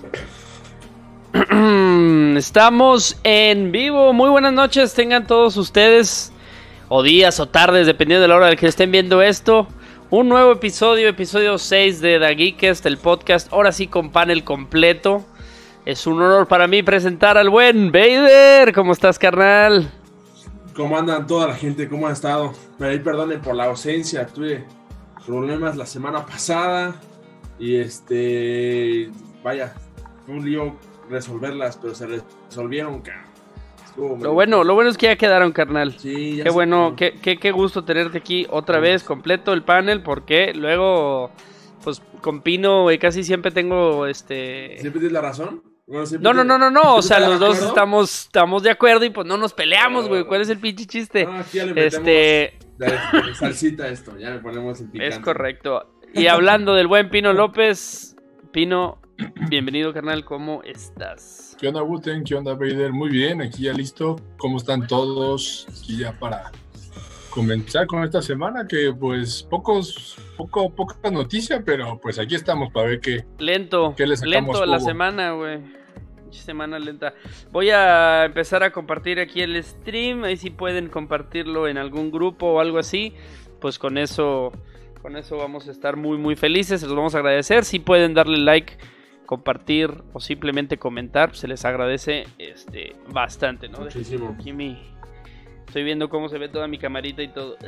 Estamos en vivo. Muy buenas noches tengan todos ustedes, o días o tardes, dependiendo de la hora de que estén viendo esto. Un nuevo episodio 6 de The Geekest, el podcast, ahora sí con panel completo. Es un honor para mí presentar al buen Vader. ¿Cómo estás, carnal? ¿Cómo andan toda la gente? ¿Cómo han estado? Perdonen por la ausencia, tuve problemas la semana pasada y vaya, fue un lío resolverlas, pero se resolvieron, cabrón. Lo bueno es que ya quedaron, carnal. Sí, ya qué bueno, qué gusto tenerte aquí otra vez, completo el panel, porque luego, pues con Pino, güey, casi siempre tengo ¿Siempre tienes la razón? Bueno, no, o sea, los dos estamos de acuerdo y pues no nos peleamos, güey. ¿Cuál es el pinche chiste? No, aquí ya le metemos salsita esto, ya le ponemos el picante. Es correcto. Y hablando del buen Pino López, Pino, bienvenido, carnal, ¿cómo estás? ¿Qué onda, Guten? ¿Qué onda, Vader? Muy bien, aquí ya listo. ¿Cómo están todos? Aquí ya para comenzar con esta semana, que pues poca noticia, pero pues aquí estamos para ver qué le sacamos lento la semana, güey. Semana lenta. Voy a empezar a compartir aquí el stream, ahí si pueden compartirlo en algún grupo o algo así, pues con eso vamos a estar muy muy felices, se los vamos a agradecer. Si pueden darle like, compartir o simplemente comentar, se les agradece bastante, ¿no? Muchísimo. Estoy viendo cómo se ve toda mi camarita y todo.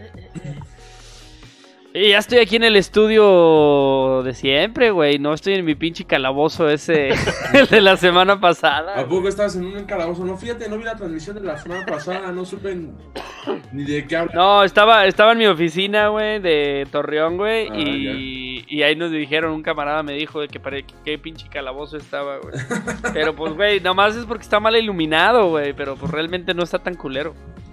Y ya estoy aquí en el estudio de siempre, güey. No estoy en mi pinche calabozo ese el de la semana pasada. ¿A poco estabas en un calabozo? No, fíjate, no vi la transmisión de la semana pasada, no supe ni de qué hablar. No, estaba en mi oficina, güey, de Torreón, güey. Y ahí nos dijeron, un camarada me dijo de que qué pinche calabozo estaba, güey. Pero pues, güey, nomás es porque está mal iluminado, güey. Pero pues realmente no está tan culero.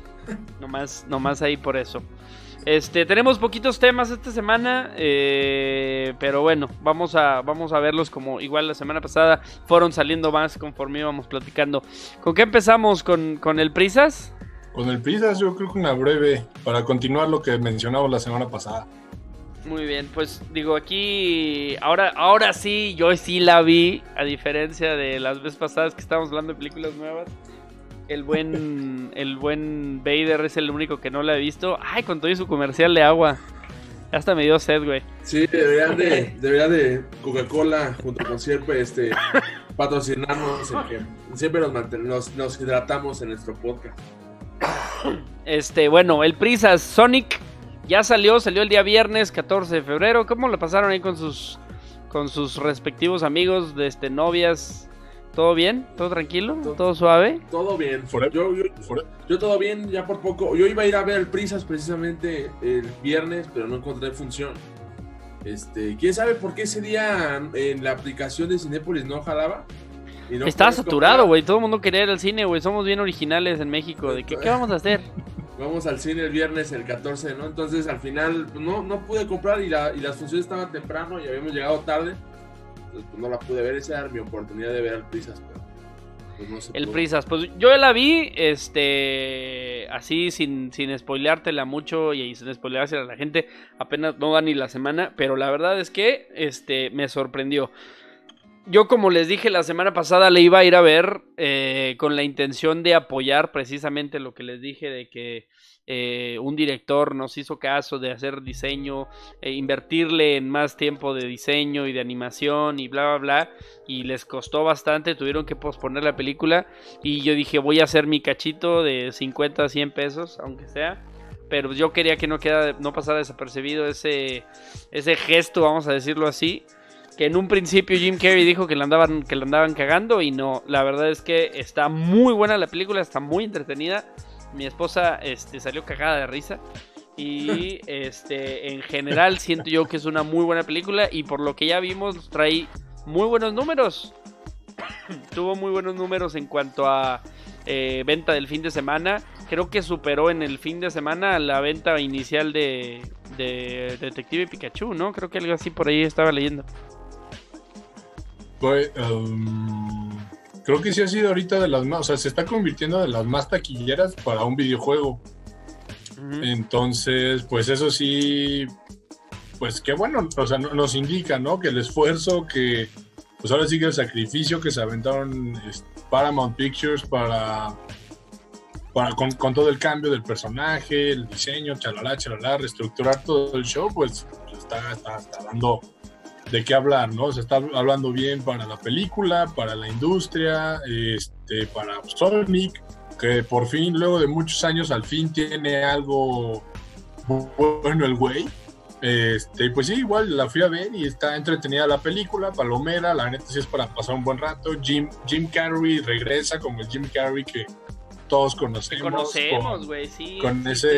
Nomás ahí por eso. Tenemos poquitos temas esta semana, pero bueno, vamos a verlos como igual la semana pasada. Fueron saliendo más conforme íbamos platicando. ¿Con qué empezamos? ¿Con el Prisas? Con el Prisas yo creo que una breve, para continuar lo que mencionamos la semana pasada. Muy bien, pues digo aquí, ahora sí, yo sí la vi, a diferencia de las veces pasadas que estábamos hablando de películas nuevas. El buen Vader es el único que no la he visto. Ay, con todo y su comercial de agua. Hasta me dio sed, güey. Sí, debería de Coca-Cola junto con siempre patrocinarnos. Siempre nos hidratamos en nuestro podcast. Bueno, el Prisas Sonic ya salió el día viernes 14 de febrero. ¿Cómo lo pasaron ahí con sus respectivos amigos, novias? ¿Todo bien? ¿Todo tranquilo? ¿Todo suave? Todo bien. Yo todo bien, ya por poco. Yo iba a ir a ver el Prisas precisamente el viernes, pero no encontré función. ¿Quién sabe por qué ese día en la aplicación de Cinépolis no jalaba? No estaba saturado, güey. Todo el mundo quería ir al cine, güey. Somos bien originales en México. ¿De qué vamos a hacer? Vamos al cine el viernes, el 14, ¿no? Entonces al final no pude comprar y las funciones estaban temprano y habíamos llegado tarde. Pues no la pude ver, esa era mi oportunidad de ver al Prisas, pero pues no se pudo. El Prisas, pues yo la vi, así sin spoileártela mucho y sin spoileársela a la gente, apenas no va ni la semana, pero la verdad es que me sorprendió. Yo, como les dije la semana pasada, le iba a ir a ver con la intención de apoyar precisamente lo que les dije de que un director nos hizo caso de hacer diseño, invertirle en más tiempo de diseño y de animación y bla bla bla, y les costó bastante, tuvieron que posponer la película y yo dije voy a hacer mi cachito de 50 a 100 pesos, aunque sea, pero yo quería que no pasara desapercibido ese gesto, vamos a decirlo así, que en un principio Jim Carrey dijo que la andaban cagando y no, la verdad es que está muy buena la película, está muy entretenida. Mi esposa salió cagada de risa y en general siento yo que es una muy buena película y por lo que ya vimos trae muy buenos números. Tuvo muy buenos números en cuanto a venta del fin de semana. Creo que superó en el fin de semana la venta inicial de Detective Pikachu, ¿no? Creo que algo así por ahí estaba leyendo. Pues, creo que sí ha sido ahorita de las más, o sea, se está convirtiendo de las más taquilleras para un videojuego. Uh-huh. Entonces, pues eso sí, pues qué bueno, o sea, nos indica, ¿no? Que el esfuerzo que pues ahora sí que el sacrificio que se aventaron Paramount Pictures con todo el cambio del personaje, el diseño, chalala, reestructurar todo el show, pues está dando de qué hablar, ¿no? Se está hablando bien para la película, para la industria, para Sonic, que por fin, luego de muchos años, al fin tiene algo bueno el güey. Pues sí, igual la fui a ver y está entretenida la película, palomera, la neta sí es para pasar un buen rato. Jim Carrey regresa como el Jim Carrey que todos conocemos, güey, sí. Con esa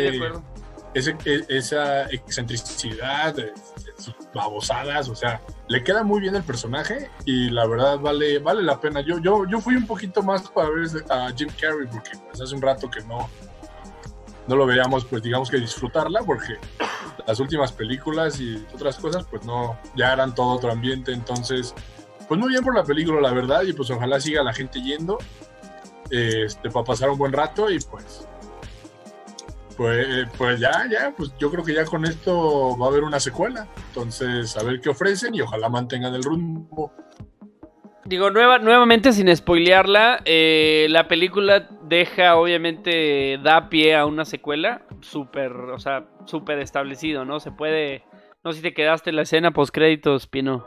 excentricidad, sus babosadas, o sea, le queda muy bien el personaje y la verdad vale la pena. Yo fui un poquito más para ver a Jim Carrey porque pues, hace un rato que no lo veíamos, pues digamos que disfrutarla, porque las últimas películas y otras cosas pues no, ya eran todo otro ambiente. Entonces pues muy bien por la película, la verdad, y pues ojalá siga la gente yendo para pasar un buen rato. Y pues ya, pues yo creo que ya con esto va a haber una secuela, entonces a ver qué ofrecen y ojalá mantengan el rumbo. Digo, nuevamente sin spoilearla, la película obviamente da pie a una secuela súper establecido, ¿no? Se puede, no sé si te quedaste en la escena postcréditos, Pino.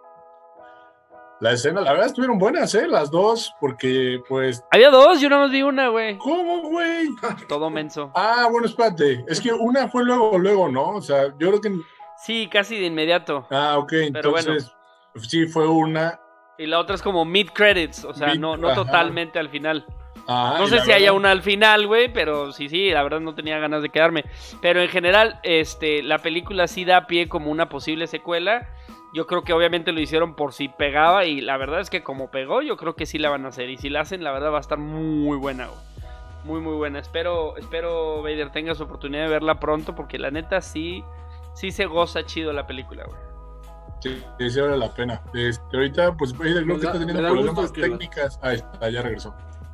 La escena, la verdad estuvieron buenas, las dos, porque pues... Había dos, yo nada más vi una, güey. ¿Cómo, güey? Todo menso. Bueno, espérate, es que una fue luego, ¿no? O sea, yo creo que... Sí, casi de inmediato. Ok, pero entonces, bueno. Sí, fue una... Y la otra es como mid-credits, o sea, no totalmente al final. Ajá, no sé si haya una al final, güey, pero sí, la verdad no tenía ganas de quedarme. Pero en general, la película sí da pie como una posible secuela. Yo creo que obviamente lo hicieron por si pegaba y la verdad es que como pegó, yo creo que sí la van a hacer. Y si la hacen, la verdad va a estar muy buena, güey. Muy, muy buena. Espero, Vader, tengas oportunidad de verla pronto porque la neta sí se goza chido la película, güey. Sí, vale la pena. Ahorita, pues, Vader creo que está teniendo problemas técnicas. Ahí está, ya regresó.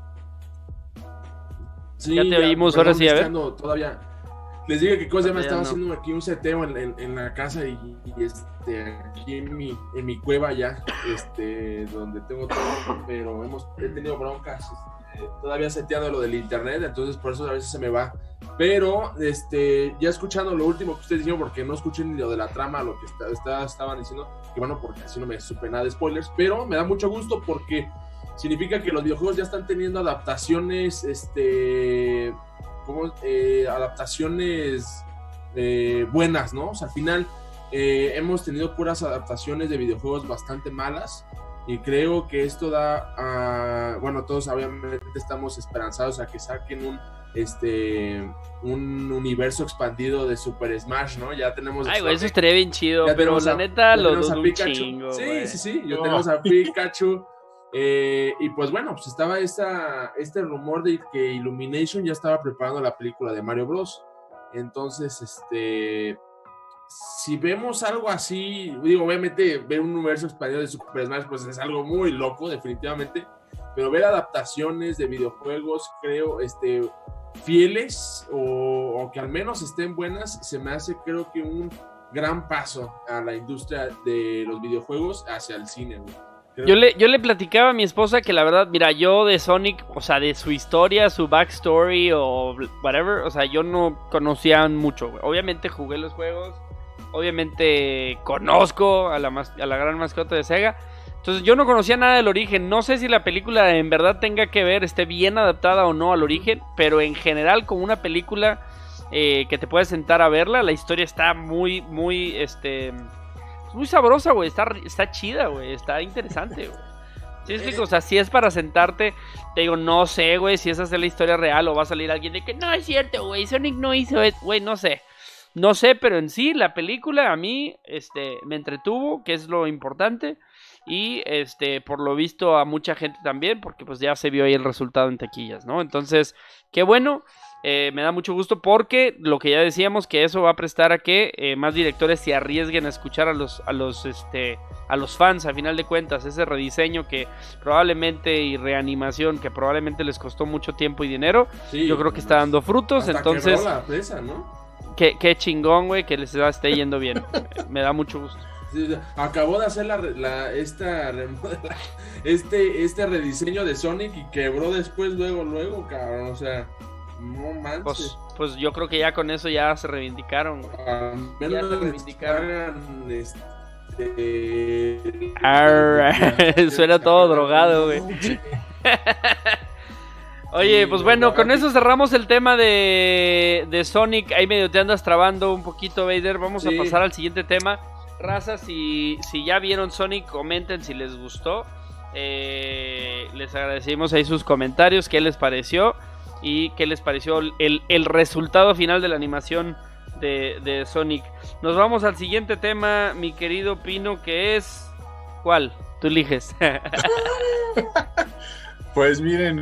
Sí, ya te oímos, ahora sí, a ver. Todavía. Les digo que cosa me estaba haciendo aquí un seteo en la casa y aquí en mi cueva ya, donde tengo todo, pero he tenido broncas, todavía seteando lo del internet, entonces por eso a veces se me va. Pero ya escuchando lo último que ustedes dijeron, porque no escuché ni lo de la trama, lo que estaban diciendo, que bueno, porque así no me supe nada de spoilers, pero me da mucho gusto porque significa que los videojuegos ya están teniendo adaptaciones, adaptaciones buenas, ¿no? O sea, al final hemos tenido puras adaptaciones de videojuegos bastante malas y creo que esto da bueno, todos obviamente estamos esperanzados a que saquen un universo expandido de Super Smash, ¿no? Ya tenemos... Ay, güey, eso estaría bien chido, pero la neta lo dudo un chingo, güey. Sí, ya tenemos a Pikachu. Y pues bueno, pues estaba este rumor de que Illumination ya estaba preparando la película de Mario Bros. Entonces, si vemos algo así, digo, obviamente ver un universo expandido de Super Smash pues es algo muy loco, definitivamente, pero ver adaptaciones de videojuegos, creo, fieles o que al menos estén buenas, se me hace, creo que un gran paso a la industria de los videojuegos hacia el cine, güey. Yo le platicaba a mi esposa que la verdad, mira, yo de Sonic, o sea, de su historia, su backstory o whatever, o sea, yo no conocía mucho, güey. Obviamente jugué los juegos, obviamente conozco a la gran mascota de Sega. Entonces yo no conocía nada del origen. No sé si la película en verdad tenga que ver, esté bien adaptada o no al origen, pero en general como una película que te puedes sentar a verla, la historia está muy sabrosa, güey, está chida, güey, está interesante, güey. Sí, explico, o sea, si es para sentarte, te digo, no sé, güey, si esa es la historia real o va a salir alguien de que no es cierto, güey, Sonic no hizo eso, güey, no sé, pero en sí, la película a mí, me entretuvo, que es lo importante, y, por lo visto a mucha gente también, porque pues ya se vio ahí el resultado en taquillas, ¿no? Entonces, qué bueno. Me da mucho gusto porque lo que ya decíamos, que eso va a prestar a que más directores se arriesguen a escuchar a los fans, a final de cuentas, ese rediseño que probablemente y reanimación que probablemente les costó mucho tiempo y dinero, sí, yo creo que está dando frutos. Entonces la presa, ¿no? Qué chingón, güey, que les esté yendo bien. Me da mucho gusto. Acabó de hacer este rediseño de Sonic y quebró después, luego, cabrón. O sea, no manches. Pues yo creo que ya con eso ya se reivindicaron, güey. Ya se reivindicaron. Suena todo drogado, güey. Oye, pues bueno, con eso cerramos el tema de Sonic. Ahí medio te andas trabando un poquito, Vader. Vamos a pasar al siguiente tema. Raza, si ya vieron Sonic, comenten si les gustó. Les agradecemos ahí sus comentarios, qué les pareció y qué les pareció el resultado final de la animación de Sonic. Nos vamos al siguiente tema, mi querido Pino, que es... ¿Cuál? Tú eliges. Pues miren,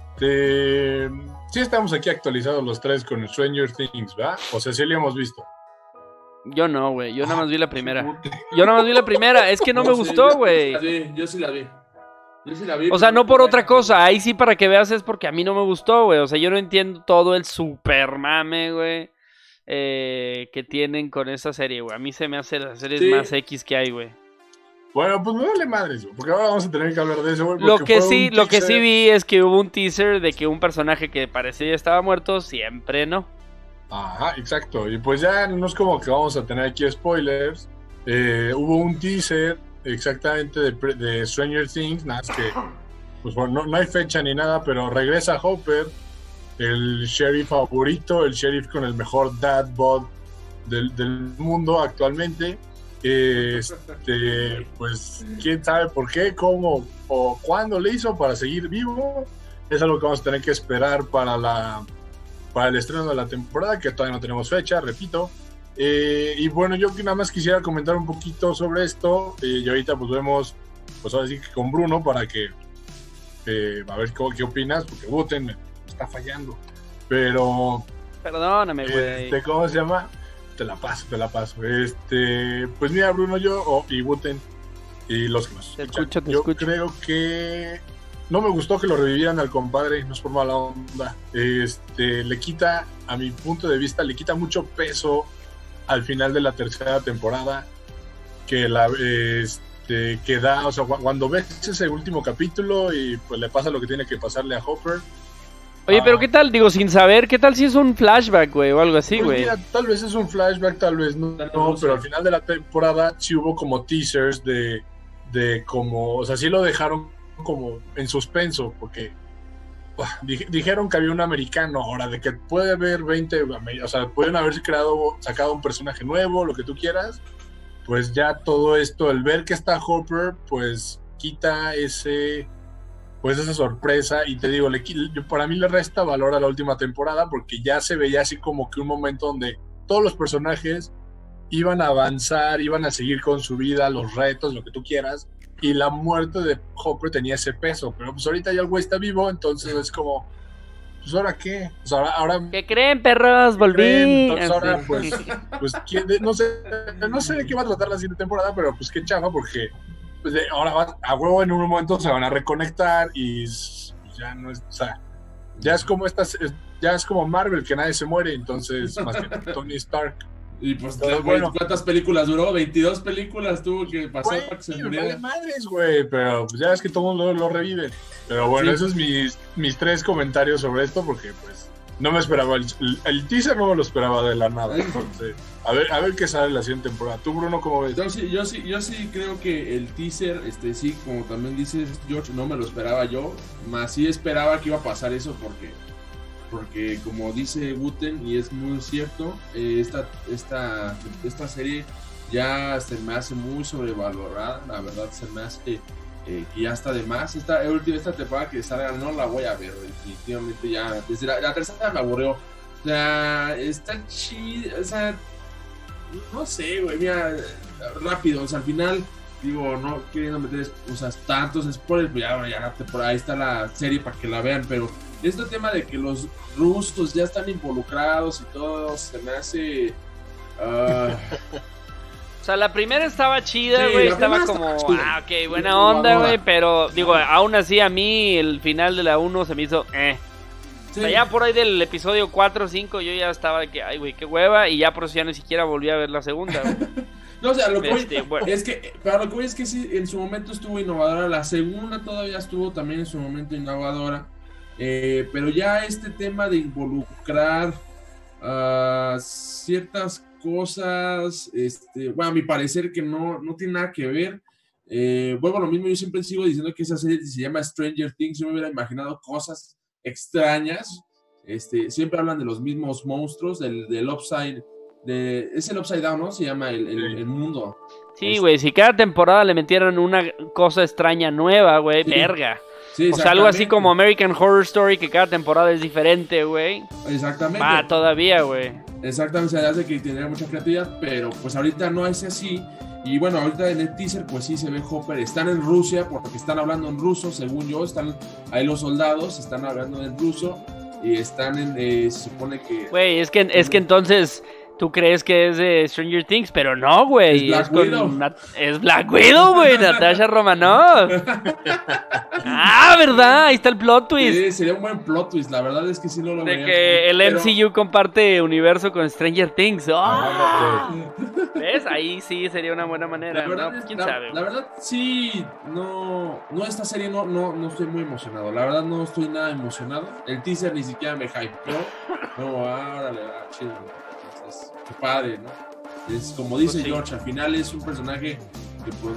sí estamos aquí actualizados los tres con Stranger Things, ¿va? O sea, sí lo hemos visto. Yo no, güey, yo nada más vi la primera. Es que no me gustó, güey. Yo sí la vi. O sea, no por otra cosa, ahí sí para que veas es porque a mí no me gustó, güey. O sea, yo no entiendo todo el super mame, güey, que tienen con esa serie, güey. A mí se me hace las series más X que hay, güey. Bueno, pues me vale madres, güey, porque ahora vamos a tener que hablar de eso, güey. Lo que sí vi es que hubo un teaser de que un personaje que parecía ya estaba muerto, siempre no. Ajá, exacto. Y pues ya no es como que vamos a tener aquí spoilers. Hubo un teaser exactamente de Stranger Things, nada, es que pues bueno, no hay fecha ni nada, pero regresa Hopper, el sheriff favorito, el sheriff con el mejor dad bod del mundo actualmente. Pues quién sabe por qué, cómo o cuándo le hizo para seguir vivo. Es algo que vamos a tener que esperar para el estreno de la temporada, que todavía no tenemos fecha, repito. Y bueno, yo nada más quisiera comentar un poquito sobre esto, y ahorita pues vemos, pues ahora sí que con Bruno, para que a ver qué opinas, porque Buten me está fallando, pero perdóname, güey. ¿Cómo se llama? Te la paso. Pues mira, Bruno, y Buten y los que nos escuchan, yo creo que no me gustó que lo revivieran al compadre, no es por mala onda. Le quita, a mi punto de vista, le quita mucho peso al final de la tercera temporada, que da, o sea, cuando ves ese último capítulo y pues le pasa lo que tiene que pasarle a Hopper. Oye, pero ¿qué tal? Digo, sin saber, ¿qué tal si es un flashback, güey, o algo así, güey? Pues tal vez es un flashback, tal vez no, pero al final de la temporada sí hubo como teasers de como, o sea, sí lo dejaron como en suspenso, porque dijeron que había un americano, ahora de que puede haber 20, o sea, pueden haber sacado un personaje nuevo, lo que tú quieras, pues ya todo esto, el ver que está Hopper, pues quita esa sorpresa, y te digo, para mí le resta valor a la última temporada, porque ya se veía así como que un momento donde todos los personajes iban a avanzar, iban a seguir con su vida, los retos, lo que tú quieras, y la muerte de Hopper tenía ese peso, pero pues ahorita ya el güey está vivo, entonces es como, pues ¿ahora qué? Pues ahora ¿qué creen, perros? Volví. Entonces ahora pues no sé de qué va a tratar la siguiente temporada, pero pues qué chafa, porque pues ahora a huevo en un momento se van a reconectar y ya no es, o sea, ya es como Marvel, que nadie se muere, entonces más que Tony Stark. Y pues, bueno, ¿cuántas películas duró? 22 películas tuvo que pasar para que se muriera. Vale madres, güey, pero pues ya es que todo el mundo lo revive. Pero bueno, sí. Esos es mis tres comentarios sobre esto, porque pues no me esperaba, el teaser no me lo esperaba de la nada. Entonces, a ver qué sale la siguiente temporada. ¿Tú, Bruno, cómo ves? Yo sí creo que el teaser, sí, como también dices, George, no me lo esperaba yo, más sí esperaba que iba a pasar eso, porque como dice Wooten, y es muy cierto, esta serie ya se me hace muy sobrevalorada, la verdad se me hace que ya está de más. Esta temporada que salga no la voy a ver, definitivamente ya, desde la tercera me aburrió. O sea, está chido, o sea, no sé, güey, mira, rápido, o sea, al final, digo, no queriendo meter, o sea, tantos spoilers, pues ya la temporada, ahí está la serie para que la vean, pero este tema de que los rusos ya están involucrados y todo, se me hace... O sea, la primera estaba chida, güey, estaba como, ok, buena onda, güey, pero, digo, aún así a mí el final de la 1 se me hizo, Sí. O sea, ya por ahí del episodio 4 o 5 yo ya estaba de que, ay, güey, qué hueva, y ya por eso ya ni siquiera volví a ver la segunda, güey. No, o sea, lo que voy, bueno. es que, pero lo que voy es que sí, en su momento estuvo innovadora. La segunda todavía estuvo también en su momento innovadora. Pero ya este tema de involucrar ciertas cosas, bueno, a mi parecer que no tiene nada que ver. Vuelvo a lo mismo, yo siempre sigo diciendo que esa serie se llama Stranger Things. Yo me hubiera imaginado cosas extrañas. Siempre hablan de los mismos monstruos, del Upside. Es el Upside Down, ¿no? Se llama el mundo. Sí, güey, si cada temporada le metieran una cosa extraña nueva, güey, sí. Verga. Sí, o sea, algo así como American Horror Story, que cada temporada es diferente, güey. Exactamente. Va, todavía, güey. Exactamente, se hace que tenía mucha creatividad, pero pues ahorita no es así. Y bueno, ahorita en el teaser, pues sí se ve Hopper. Están en Rusia, porque están hablando en ruso, según yo. Están ahí los soldados, están hablando en ruso. Y están en, se supone que... Güey, es que entonces... Tú crees que es de Stranger Things, pero no, güey. Es Black Widow, güey. Natasha Romanoff. ¿Verdad? Ahí está el plot twist. Sí, sería un buen plot twist. La verdad es que sí no lo veía. De que el MCU comparte universo con Stranger Things. ¿Ves? Ahí sí sería una buena manera. La verdad, ¿no? ¿Quién sabe? La verdad, sí. No, esta serie no estoy muy emocionado. La verdad, no estoy nada emocionado. El teaser ni siquiera me hypeó. No, órale, chido. Qué padre, ¿no? Es como dice pues sí. George, al final es un personaje que pues,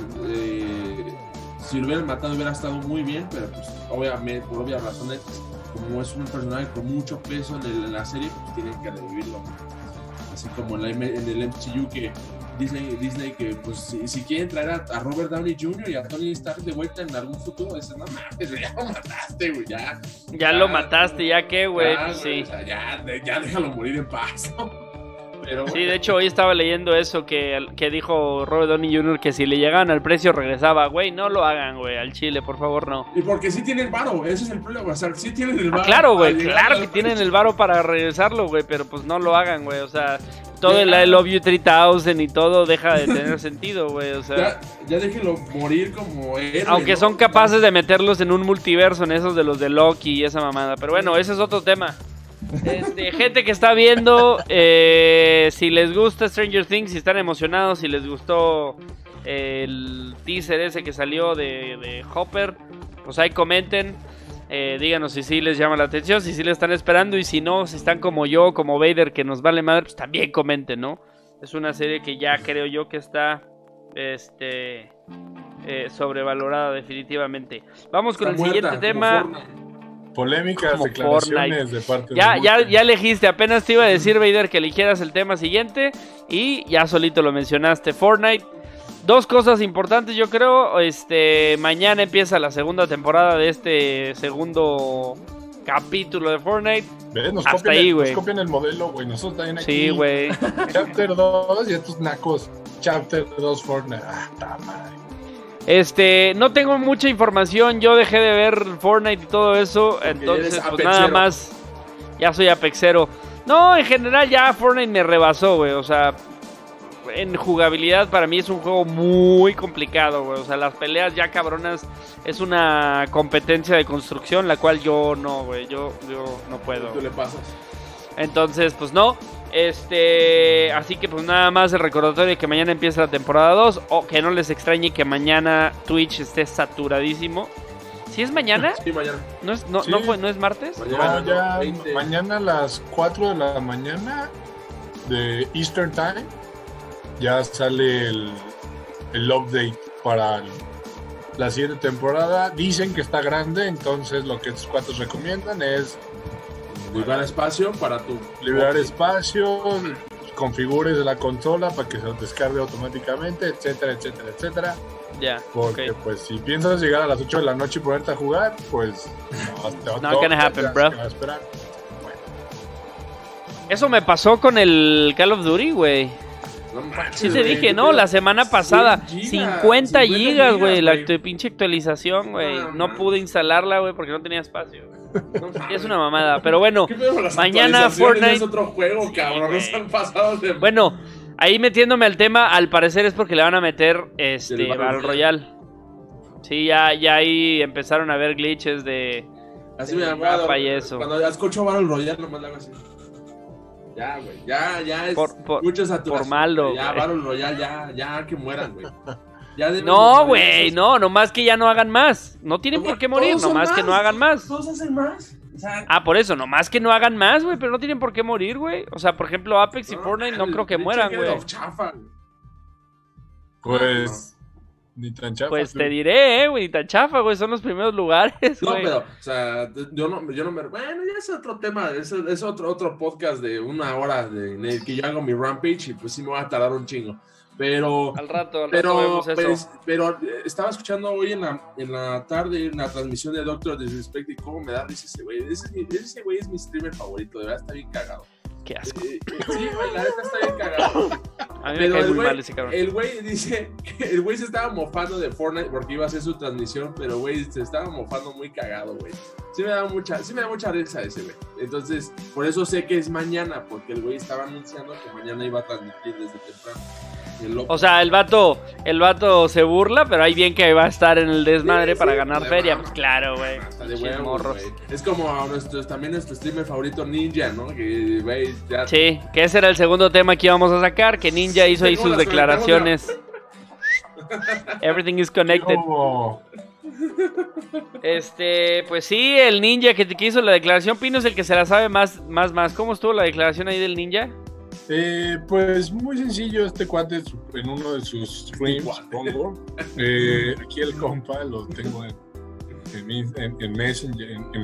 si lo hubieran matado hubiera estado muy bien, pero pues obviamente, por obvias razones, como es un personaje con mucho peso en la serie, pues tienen que revivirlo. Así como en el MCU que Disney que pues si quieren traer a Robert Downey Jr. y a Tony Stark de vuelta en algún futuro, dices, no mames, ya lo mataste, güey, ya lo mataste, ya qué, güey, pues sí. O sea, ya déjalo morir en paz, ¿no? Pero bueno. Sí, de hecho hoy estaba leyendo eso que dijo Robert Downey Jr. que si le llegaban al precio regresaba. Güey, no lo hagan, güey, al chile, por favor, no. Y porque sí tienen varo, ese es el problema, o sea, sí tienen el varo. Claro, güey, claro que tienen el varo para regresarlo, güey, pero pues no lo hagan, güey, o sea, todo el I Love You 3000 y todo deja de tener sentido, güey, o sea. Ya déjenlo morir como héroe, aunque ¿no? Son capaces de meterlos en un multiverso, en esos de los de Loki y esa mamada, pero bueno, ese es otro tema. Gente que está viendo, si les gusta Stranger Things, si están emocionados, si les gustó el teaser ese que salió de Hopper, pues ahí comenten, díganos si sí les llama la atención, si sí le están esperando, y si no, si están como yo, como Vader, que nos vale madre, pues también comenten, ¿no? Es una serie que ya creo yo que está sobrevalorada definitivamente. Vamos con el siguiente tema. Polémicas declaraciones de parte de ya elegiste, apenas te iba a decir, Vader, que eligieras el tema siguiente y ya solito lo mencionaste. Fortnite, dos cosas importantes yo creo. Mañana empieza la segunda temporada de este segundo capítulo de Fortnite. ¿Ves? Nos copian el modelo, güey. Nosotros también aquí. Sí, güey. Chapter 2 y estos nacos. Chapter 2 Fortnite. ¡Ta madre! No tengo mucha información, yo dejé de ver Fortnite y todo eso, entonces pues nada más, ya soy apexero. No, en general ya Fortnite me rebasó, güey, o sea, en jugabilidad para mí es un juego muy complicado, güey, o sea, las peleas ya cabronas es una competencia de construcción, la cual yo no, güey, yo no puedo. ¿Tú le pasas? Entonces, pues no. Así que pues nada más el recordatorio de que mañana empieza la temporada 2. O que no les extrañe que mañana Twitch esté saturadísimo. ¿Sí es mañana? Sí, mañana. ¿No es martes? Mañana a las 4 de la mañana de Eastern Time ya sale el update para la siguiente temporada. Dicen que está grande, entonces lo que estos cuatro recomiendan es liberar espacio para tu... Liberar espacio, configures la consola para que se descargue automáticamente, etcétera, etcétera, etcétera. Ya, porque pues si piensas llegar a las 8 de la noche y ponerte a jugar, pues... Not gonna happen, bro. Bueno. Eso me pasó con el Call of Duty, güey. No manches, sí te dije, ¿no? La semana pasada, 50 gigas, güey, la pinche actualización, güey. No pude instalarla, güey, porque no tenía espacio. Es una mamada, pero bueno, mañana Fortnite es otro juego, cabrón, nos han pasado de... Bueno, ahí metiéndome al tema, al parecer es porque le van a meter Battle Royale. Sí, ya ahí empezaron a haber glitches de así me llamaba y eso. Cuando escucho Battle Royale nomás le hago así. Ya, güey. Ya es Por mucha saturación. por malo, Ya, güey. Battle Royale, ya que mueran, güey. Ya deben de No, morir güey, esos- no, nomás que ya no hagan más. No tienen por qué morir, Todos son nomás que no hagan más. Todos hacen más. O sea, Ah, por eso, nomás que no hagan más, güey, pero no tienen por qué morir, güey. O sea, por ejemplo, Apex y Fortnite no creo que pinche mueran, Head güey. of Chafa, güey. Pues, ni tan chafa. Pues tú. te diré, güey, ni tan chafa, güey, son los primeros lugares, No, güey. pero, o sea, yo no me... Bueno, ya es otro tema, es otro podcast de 1 hora en el que yo hago mi Rampage y pues sí me va a tardar un chingo. Pero Al rato pero, vemos eso. pero estaba escuchando hoy en la tarde una transmisión de Doctor Disrespect y cómo me da risa ese güey. Ese güey es mi streamer favorito, de verdad está bien cagado. Qué asco. Sí, güey, la neta está bien cagado. A mí me Pero cae el muy güey- mal ese cabrón. El güey dice que el güey se estaba mofando de Fortnite porque iba a hacer su transmisión, pero güey se estaba mofando muy cagado, güey. Sí me da mucha risa ese güey. Entonces, por eso sé que es mañana, porque el güey estaba anunciando que mañana iba a transmitir desde temprano. El loco. O sea, el vato se burla, pero hay bien que va a estar en el desmadre Sí, para sí, ganar de feria. mama. Pues claro, güey. Está de Pinches huevos, morros. güey. Es como también nuestro streamer favorito Ninja, ¿no? Que, güey, ya... Sí, que ese era el segundo tema que íbamos a sacar, que Ninja hizo ahí ¿Cómo sus las declaraciones. Everything is connected. ¿Cómo? Pues sí, el Ninja que hizo la declaración, Pino es el que se la sabe más. ¿Cómo estuvo la declaración ahí del Ninja? Pues muy sencillo, este cuate en uno de sus streams, supongo. Aquí el compa lo tengo en Messenger, en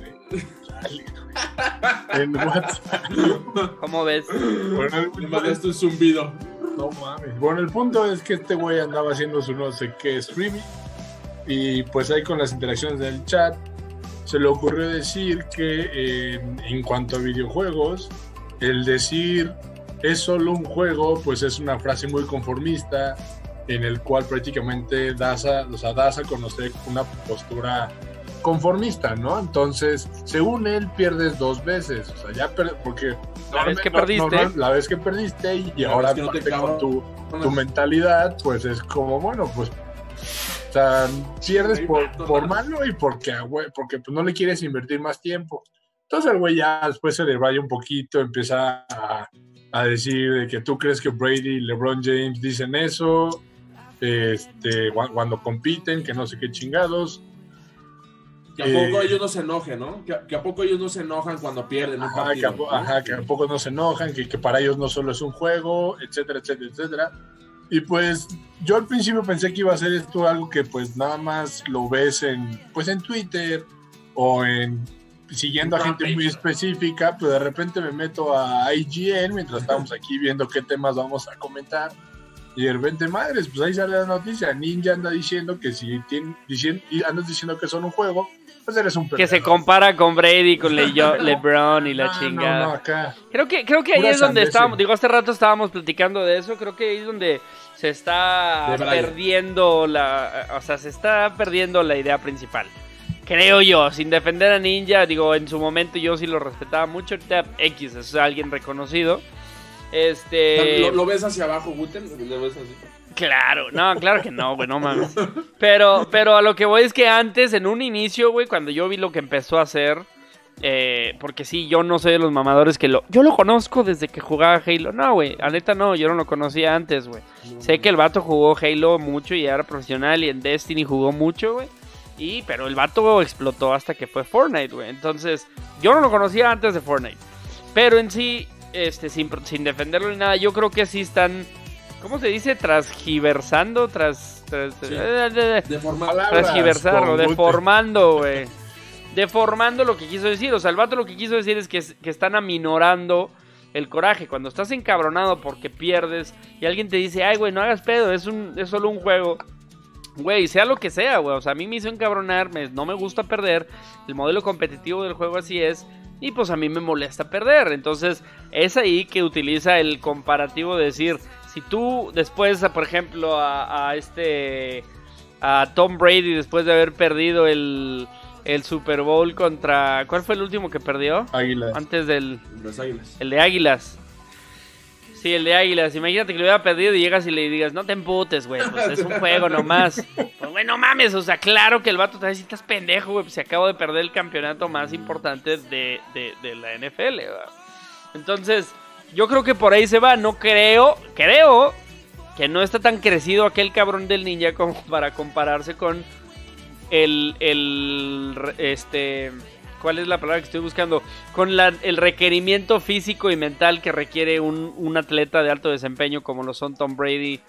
WhatsApp. ¿Cómo ves? Bueno, Nomás esto es zumbido. no mames. Bueno, el punto es que este güey andaba haciendo su no sé qué streaming y pues ahí con las interacciones del chat se le ocurrió decir que en cuanto a videojuegos, el decir es solo un juego, pues es una frase muy conformista en el cual prácticamente das a conocer una postura conformista, ¿no? Entonces, según él, pierdes 2 veces, o sea, ya porque La vez que perdiste. la vez que perdiste y La ahora vez que no te aparte cabrón. con tu mentalidad, pues es como, bueno, pues o sea, pierdes por malo y porque pues, no le quieres invertir más tiempo. Entonces el güey ya después se le vaya un poquito, empieza a decir de que tú crees que Brady y LeBron James dicen eso, cuando compiten, que no sé qué chingados. Que a poco ellos no se enojen, ¿no? Que a poco ellos no se enojan cuando pierden un partido. Que a poco no se enojan, que para ellos no solo es un juego, etcétera, etcétera, etcétera. Y pues yo al principio pensé que iba a ser esto algo que pues nada más lo ves en Twitter o siguiendo a gente muy específica, pero de repente me meto a IGN mientras estamos aquí viendo qué temas vamos a comentar y de repente, madres, pues ahí sale la noticia, Ninja anda diciendo que si andas diciendo que son un juego, pues eres un perdedor. Que se compara con Brady, con LeBron y la chingada. No, acá. Creo que ahí Pura es donde sandeces. estábamos, hace rato estábamos platicando de eso, creo que ahí es donde se está De Brian. perdiendo se está perdiendo la idea principal. Creo yo, sin defender a Ninja, digo, en su momento yo sí lo respetaba mucho, ahorita X es alguien reconocido. ¿Lo ves hacia abajo, Guten? ¿Lo ves así? Claro, no, claro que no, güey, no mames. Pero a lo que voy es que antes, en un inicio, güey, cuando yo vi lo que empezó a hacer, porque sí, yo no soy de los mamadores yo lo conozco desde que jugaba Halo. No, güey, a neta no, yo no lo conocía antes, güey. Sé que el vato jugó Halo mucho y era profesional y en Destiny jugó mucho, güey. Pero el vato explotó hasta que fue Fortnite, güey. Entonces, yo no lo conocía antes de Fortnite. Pero en sí, sin defenderlo ni nada, yo creo que sí están, ¿cómo se dice? Transgiversando, transgiversar o deformando, güey. Deformando lo que quiso decir. O sea, el vato lo que quiso decir es que están aminorando el coraje. Cuando estás encabronado porque pierdes y alguien te dice, ay, güey, no hagas pedo, es solo un juego. Güey, sea lo que sea, güey. O sea, a mí me hizo encabronar, no me gusta perder. El modelo competitivo del juego así es. Y pues a mí me molesta perder. Entonces, es ahí que utiliza el comparativo de decir, si tú después, por ejemplo, a Tom Brady, después de haber perdido el Super Bowl contra... ¿Cuál fue el último que perdió? Águilas. Antes del... Los Águilas. El de Águilas. Sí, el de Águilas. Imagínate que lo hubiera perdido y llegas y le digas, no te emputes, güey, pues es un juego nomás. Pues, güey, no mames, o sea, claro que el vato te va a decir, estás pendejo, güey, pues se acabo de perder el campeonato más importante de la NFL, ¿verdad? Entonces, yo creo que por ahí se va. No creo que no está tan crecido aquel cabrón del ninja como para compararse con ¿cuál es la palabra que estoy buscando? Con el requerimiento físico y mental que requiere un atleta de alto desempeño como lo son Tom Brady,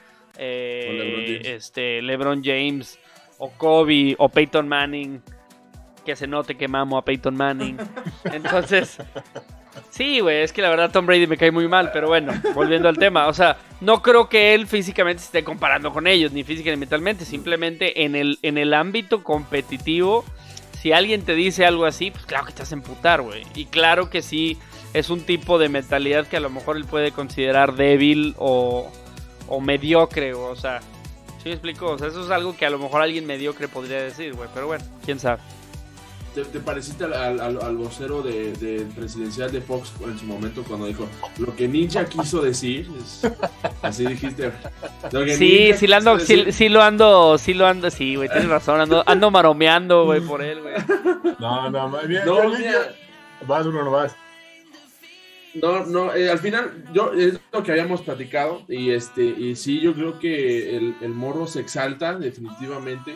LeBron James, o Kobe, o Peyton Manning. Que se note que mamo a Peyton Manning. Entonces, sí, güey, es que la verdad Tom Brady me cae muy mal, pero bueno, volviendo al tema, o sea, no creo que él físicamente se esté comparando con ellos, ni física ni mentalmente, simplemente en el ámbito competitivo, si alguien te dice algo así, pues claro que te vas a emputar, güey, y claro que sí, es un tipo de mentalidad que a lo mejor él puede considerar débil o mediocre, o sea, ¿sí me explico? O sea, eso es algo que a lo mejor alguien mediocre podría decir, güey, pero bueno, quién sabe. ¿Te pareciste al vocero del presidencial de Fox en su momento cuando dijo lo que Ninja quiso decir? Así dijiste. Sí lo ando, sí, güey, tienes razón, ando maromeando, güey, por él, güey. No, bien. Vas, uno vas. No, al final, es lo que habíamos platicado, y sí, yo creo que el morro se exalta, definitivamente,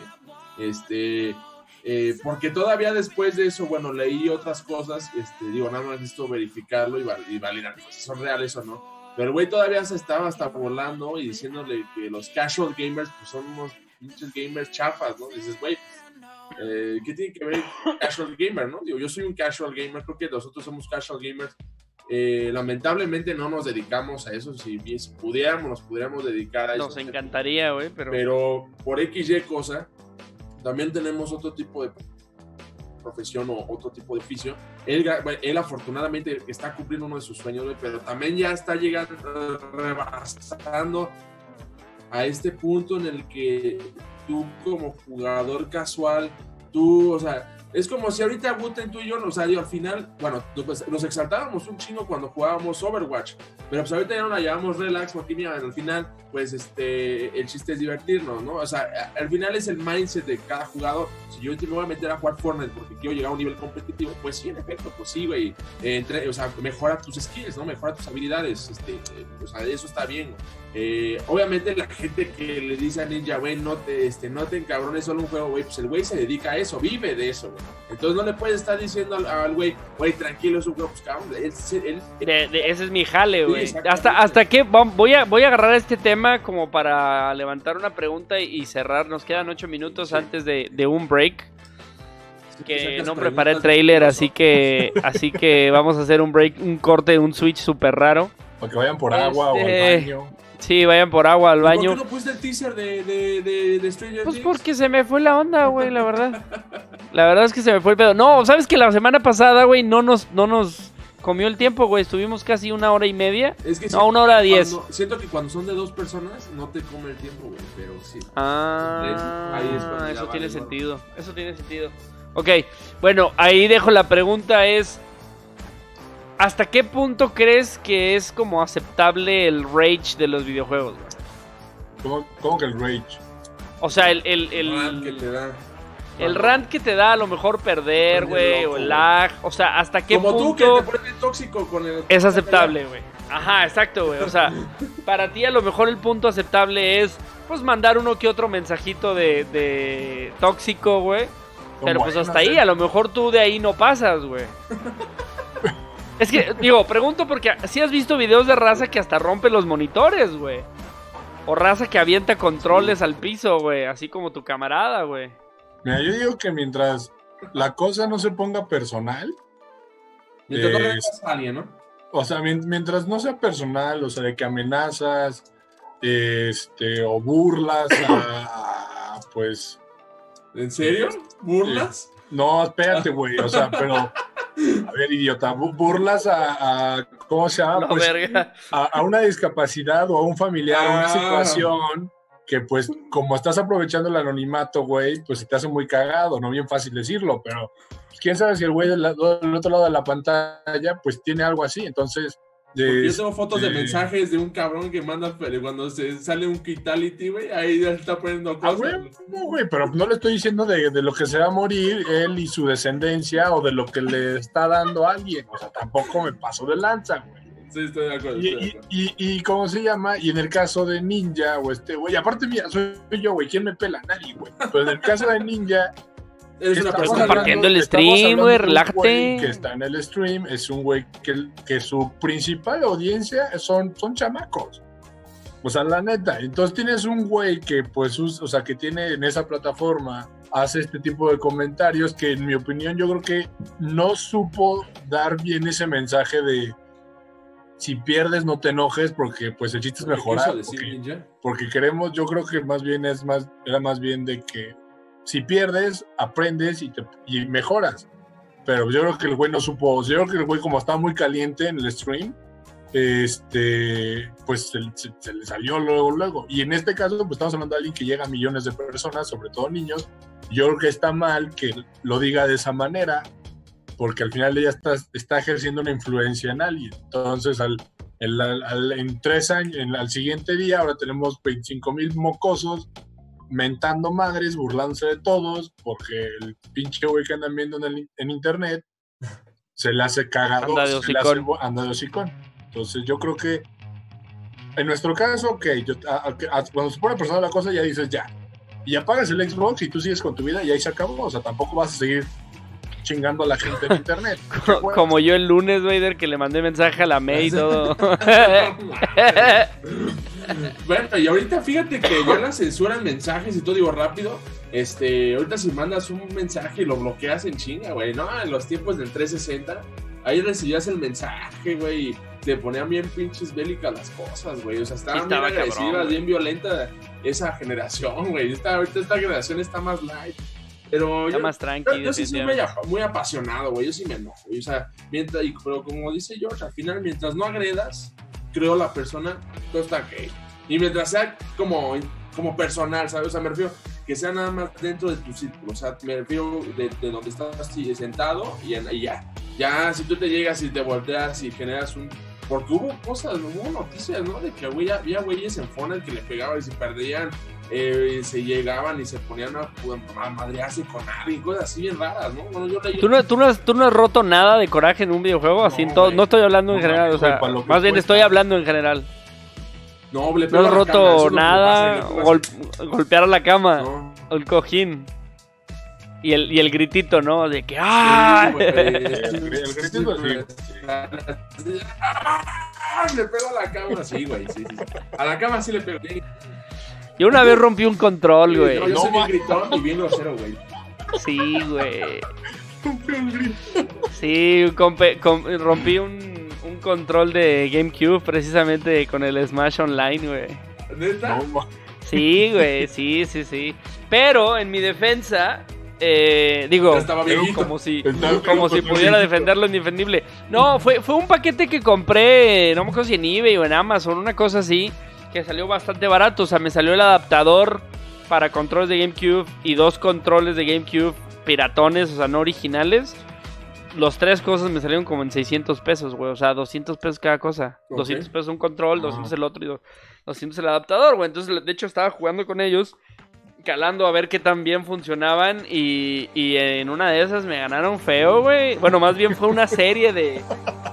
porque todavía después de eso, bueno, leí otras cosas, nada más necesito verificarlo y validar si son reales o no, pero el güey todavía se estaba hasta burlando y diciéndole que los casual gamers, pues son unos pinches gamers chafas, ¿no? Dices, güey, ¿qué tiene que ver casual gamer, no? Digo, yo soy un casual gamer, creo que nosotros somos casual gamers, lamentablemente no nos dedicamos a eso, si pudiéramos, nos pudiéramos dedicar a eso. Nos encantaría, güey, pero por XY cosa, también tenemos otro tipo de profesión o otro tipo de oficio. Él afortunadamente está cumpliendo uno de sus sueños, güey, pero también ya está llegando, rebasando a este punto en el que tú como jugador casual, o sea, es como si ahorita Guten, tú y yo, o sea, al final, bueno, pues, nos exaltábamos un chingo cuando jugábamos Overwatch, pero pues ahorita ya no la llevamos relax, porque mira, al final, pues el chiste es divertirnos, ¿no? O sea, al final es el mindset de cada jugador. Si yo me voy a meter a jugar Fortnite porque quiero llegar a un nivel competitivo, pues sí, en efecto, pues sí, güey, o sea, mejora tus skills, ¿no? Mejora tus habilidades, o sea, eso está bien, güey. Obviamente la gente que le dice a Ninja, güey, no te encabrones, solo un juego, güey, pues el güey se dedica a eso, vive de eso, güey. Entonces no le puedes estar diciendo al güey, tranquilo, es un juego, pues cabrón, ese es mi jale, güey. Sí, hasta que voy a agarrar este tema como para levantar una pregunta y cerrar. Nos quedan 8 minutos antes de un break. Que no preparé el trailer, así que vamos a hacer un break, un corte, un switch súper raro. Para que vayan por agua o al baño. Sí, vayan por agua al baño. ¿Por qué no pusiste el teaser de Stranger Things? Pues porque se me fue la onda, güey, la verdad. La verdad es que se me fue el pedo. No, ¿sabes que la semana pasada, güey, no nos comió el tiempo, güey? Estuvimos casi 1 hora y media. Es que no, 1 hora 10. Siento que cuando son de 2 personas no te come el tiempo, güey, pero sí. Ahí es eso tiene sentido. Eso tiene sentido. Ok, bueno, ahí dejo la pregunta, es... ¿hasta qué punto crees que es como aceptable el rage de los videojuegos, güey? ¿Cómo que el rage? O sea, el rant que te da. El rant que te da a lo mejor perder, güey, o el lag. O sea, ¿hasta qué punto... Como tú que te pones tóxico con el... Es aceptable, güey. Ajá, exacto, güey. O sea, para ti a lo mejor el punto aceptable es, pues, mandar uno que otro mensajito de tóxico, güey. Pero pues hasta ahí, a lo mejor tú de ahí no pasas, güey. Es que, digo, pregunto porque sí has visto videos de raza que hasta rompe los monitores, güey. O raza que avienta controles al piso, güey. Así como tu camarada, güey. Mira, yo digo que mientras la cosa no se ponga personal... Mientras no le das a alguien, ¿no? O sea, mientras no sea personal, o sea, de que amenazas, o burlas a pues... ¿En serio? ¿Burlas? No, espérate, güey, o sea, pero... A ver, idiota, burlas a ¿cómo se llama? No, pues, verga. A una discapacidad o a un familiar, una situación que, pues, como estás aprovechando el anonimato, güey, pues se te hace muy cagado, no bien fácil decirlo, pero pues, quién sabe si el güey del otro lado de la pantalla, pues, tiene algo así, entonces... yo tengo fotos de mensajes de un cabrón que manda cuando se sale un Kitality, güey, ahí ya está poniendo cosas. Güey, pero no le estoy diciendo de lo que se va a morir él y su descendencia o de lo que le está dando a alguien. O sea, tampoco me paso de lanza, güey. Sí, estoy de acuerdo. Y ¿cómo se llama? Y en el caso de Ninja, o güey, aparte, mira, soy yo, güey, ¿quién me pela? Nadie, güey. Pero en el caso de Ninja, Eres una Estás persona compartiendo el estamos stream, hablando güey, de un relájate. güey que está en el stream, es un güey que su principal audiencia son chamacos. O sea, la neta. Entonces tienes un güey que, pues, o sea, que tiene en esa plataforma, hace este tipo de comentarios que, en mi opinión, yo creo que no supo dar bien ese mensaje de si pierdes no te enojes, porque pues el chiste es mejorar. ¿Qué quiso decir, Ninja? Porque queremos, yo creo que más bien era más bien de que si pierdes, aprendes y mejoras. Pero yo creo que el güey no supo, yo creo que el güey, como estaba muy caliente en el stream, pues se le salió luego. Y en este caso, pues estamos hablando de alguien que llega a millones de personas, sobre todo niños. Yo creo que está mal que lo diga de esa manera, porque al final ella está ejerciendo una influencia en alguien. Entonces, en 3 años, al siguiente día, ahora tenemos 25,000 mocosos mentando madres, burlándose de todos, porque el pinche güey que andan viendo en internet se le hace cagado, anda de hocicón. Entonces yo creo que en nuestro caso, ok, cuando se pone personal la cosa, ya dices ya, y apagas el Xbox y tú sigues con tu vida y ahí se acabó. O sea, tampoco vas a seguir chingando a la gente en internet. Como yo el lunes, Vader, que le mandé mensaje a la May y todo. Bueno, y ahorita fíjate que ya la censuran mensajes y todo, digo rápido. Ahorita si mandas un mensaje y lo bloqueas en chinga, güey, ¿no? En los tiempos del 360, ahí recibías el mensaje, güey, y te ponían bien pinches bélicas las cosas, güey. O sea, estaban bien agresivas, bien violenta esa generación, güey. Ahorita esta generación está más light. Pero está más tranqui. Yo sí soy muy apasionado, güey. Yo sí me enojo. O sea, pero como dice George, al final, mientras no agredas, creo la persona, todo está ok. Y mientras sea como personal, ¿sabes? O sea, me refiero que sea nada más dentro de tu círculo. O sea, me refiero de donde estás sentado y ya. Ya, si tú te llegas y te volteas y generas porque hubo noticias, ¿no? De que había güeyes en Fortnite que le pegaban y se perdían. Se llegaban y se ponían a madrearse con alguien, cosas así bien raras, ¿no? Bueno, yo leí... ¿Tú no has roto nada de coraje en un videojuego? Así en todo. No estoy hablando en general, o sea, más bien estoy hablando en general. No has roto nada, golpear a la cama, o el cojín. Y el gritito, ¿no? De que ¡ah! Sí, el gritito le pego a la cama, sí, güey, sí. A la cama sí le pego. Yo una vez rompí un control, güey. No, yo soy bien gritón y bien grosero, güey. Sí, güey. Sí, rompí un control de GameCube precisamente con el Smash Online, güey. ¿Neta? Sí, güey, sí. Pero en mi defensa, digo, como si pudiera defender lo indefendible. No, fue un paquete que compré, no me acuerdo si en eBay o en Amazon, una cosa así, que salió bastante barato. O sea, me salió el adaptador para controles de GameCube y 2 controles de GameCube piratones, o sea, no originales. Los 3 cosas me salieron como en 600 pesos, güey. O sea, 200 pesos cada cosa. Okay. 200 pesos un control, 200 el otro y 200 el adaptador, güey. Entonces, de hecho, estaba jugando con ellos, calando a ver qué tan bien funcionaban. Y en una de esas me ganaron feo, güey. Bueno, más bien fue una serie de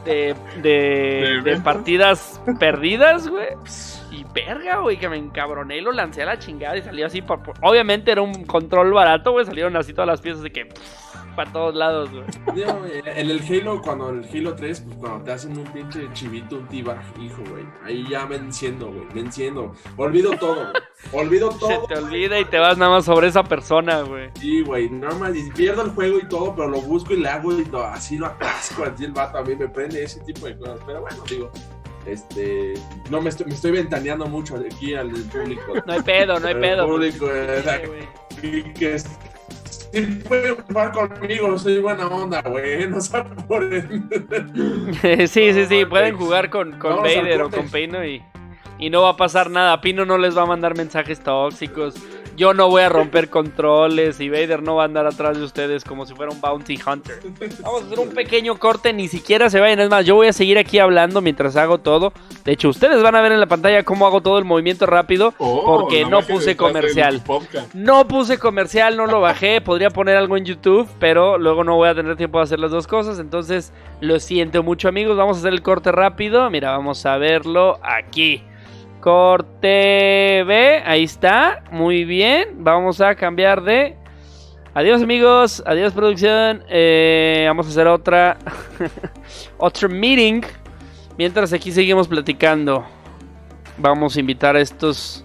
partidas perdidas, güey. Y verga, güey, que me encabroné y lo lancé a la chingada y salió así. Obviamente era un control barato, güey. Salieron así todas las piezas de que para todos lados, güey. En el Halo, cuando en el Halo 3, pues cuando te hacen un pinche chivito, un T-Bag, hijo, güey. Ahí ya me enciendo. Olvido todo, güey. Se te olvida y te vas nada más sobre esa persona, güey. Sí, güey, nada más. Y pierdo el juego y todo, pero lo busco y le hago y todo, así lo atasco. Así el vato a mí me prende ese tipo de cosas. Pero bueno, digo... no me estoy ventaneando mucho aquí al público. No hay pedo. El público, que si pueden jugar conmigo, soy buena onda, güey. No se apuren. Sí, pueden jugar con Vader o con Pino y no va a pasar nada. Pino no les va a mandar mensajes tóxicos. Yo no voy a romper controles y Vader no va a andar atrás de ustedes como si fuera un bounty hunter. Vamos a hacer un pequeño corte, ni siquiera se vayan. Es más, yo voy a seguir aquí hablando mientras hago todo. De hecho, ustedes van a ver en la pantalla cómo hago todo el movimiento rápido porque no puse comercial. No puse comercial, no lo bajé. Podría poner algo en YouTube, pero luego no voy a tener tiempo de hacer las dos cosas. Entonces, lo siento mucho, amigos. Vamos a hacer el corte rápido. Mira, vamos a verlo aquí. Corte B, ahí está, muy bien. Vamos a cambiar de... Adiós, amigos, adiós, producción. Vamos a hacer otra otro meeting. Mientras aquí seguimos platicando. Vamos a invitar a estos...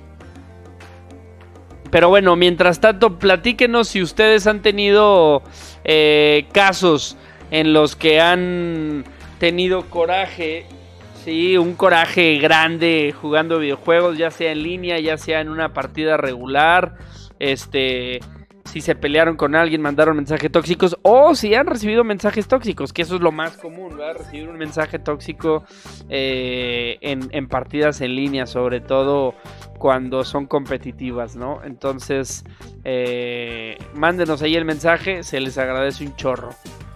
Pero bueno, mientras tanto, platíquenos si ustedes han tenido casos en los que han tenido coraje. Sí, un coraje grande jugando videojuegos, ya sea en línea, ya sea en una partida regular. Si se pelearon con alguien, mandaron mensajes tóxicos, o si han recibido mensajes tóxicos, que eso es lo más común, ¿verdad? Recibir un mensaje tóxico en partidas en línea, sobre todo cuando son competitivas, ¿no? Entonces, mándenos ahí el mensaje, se les agradece un chorro.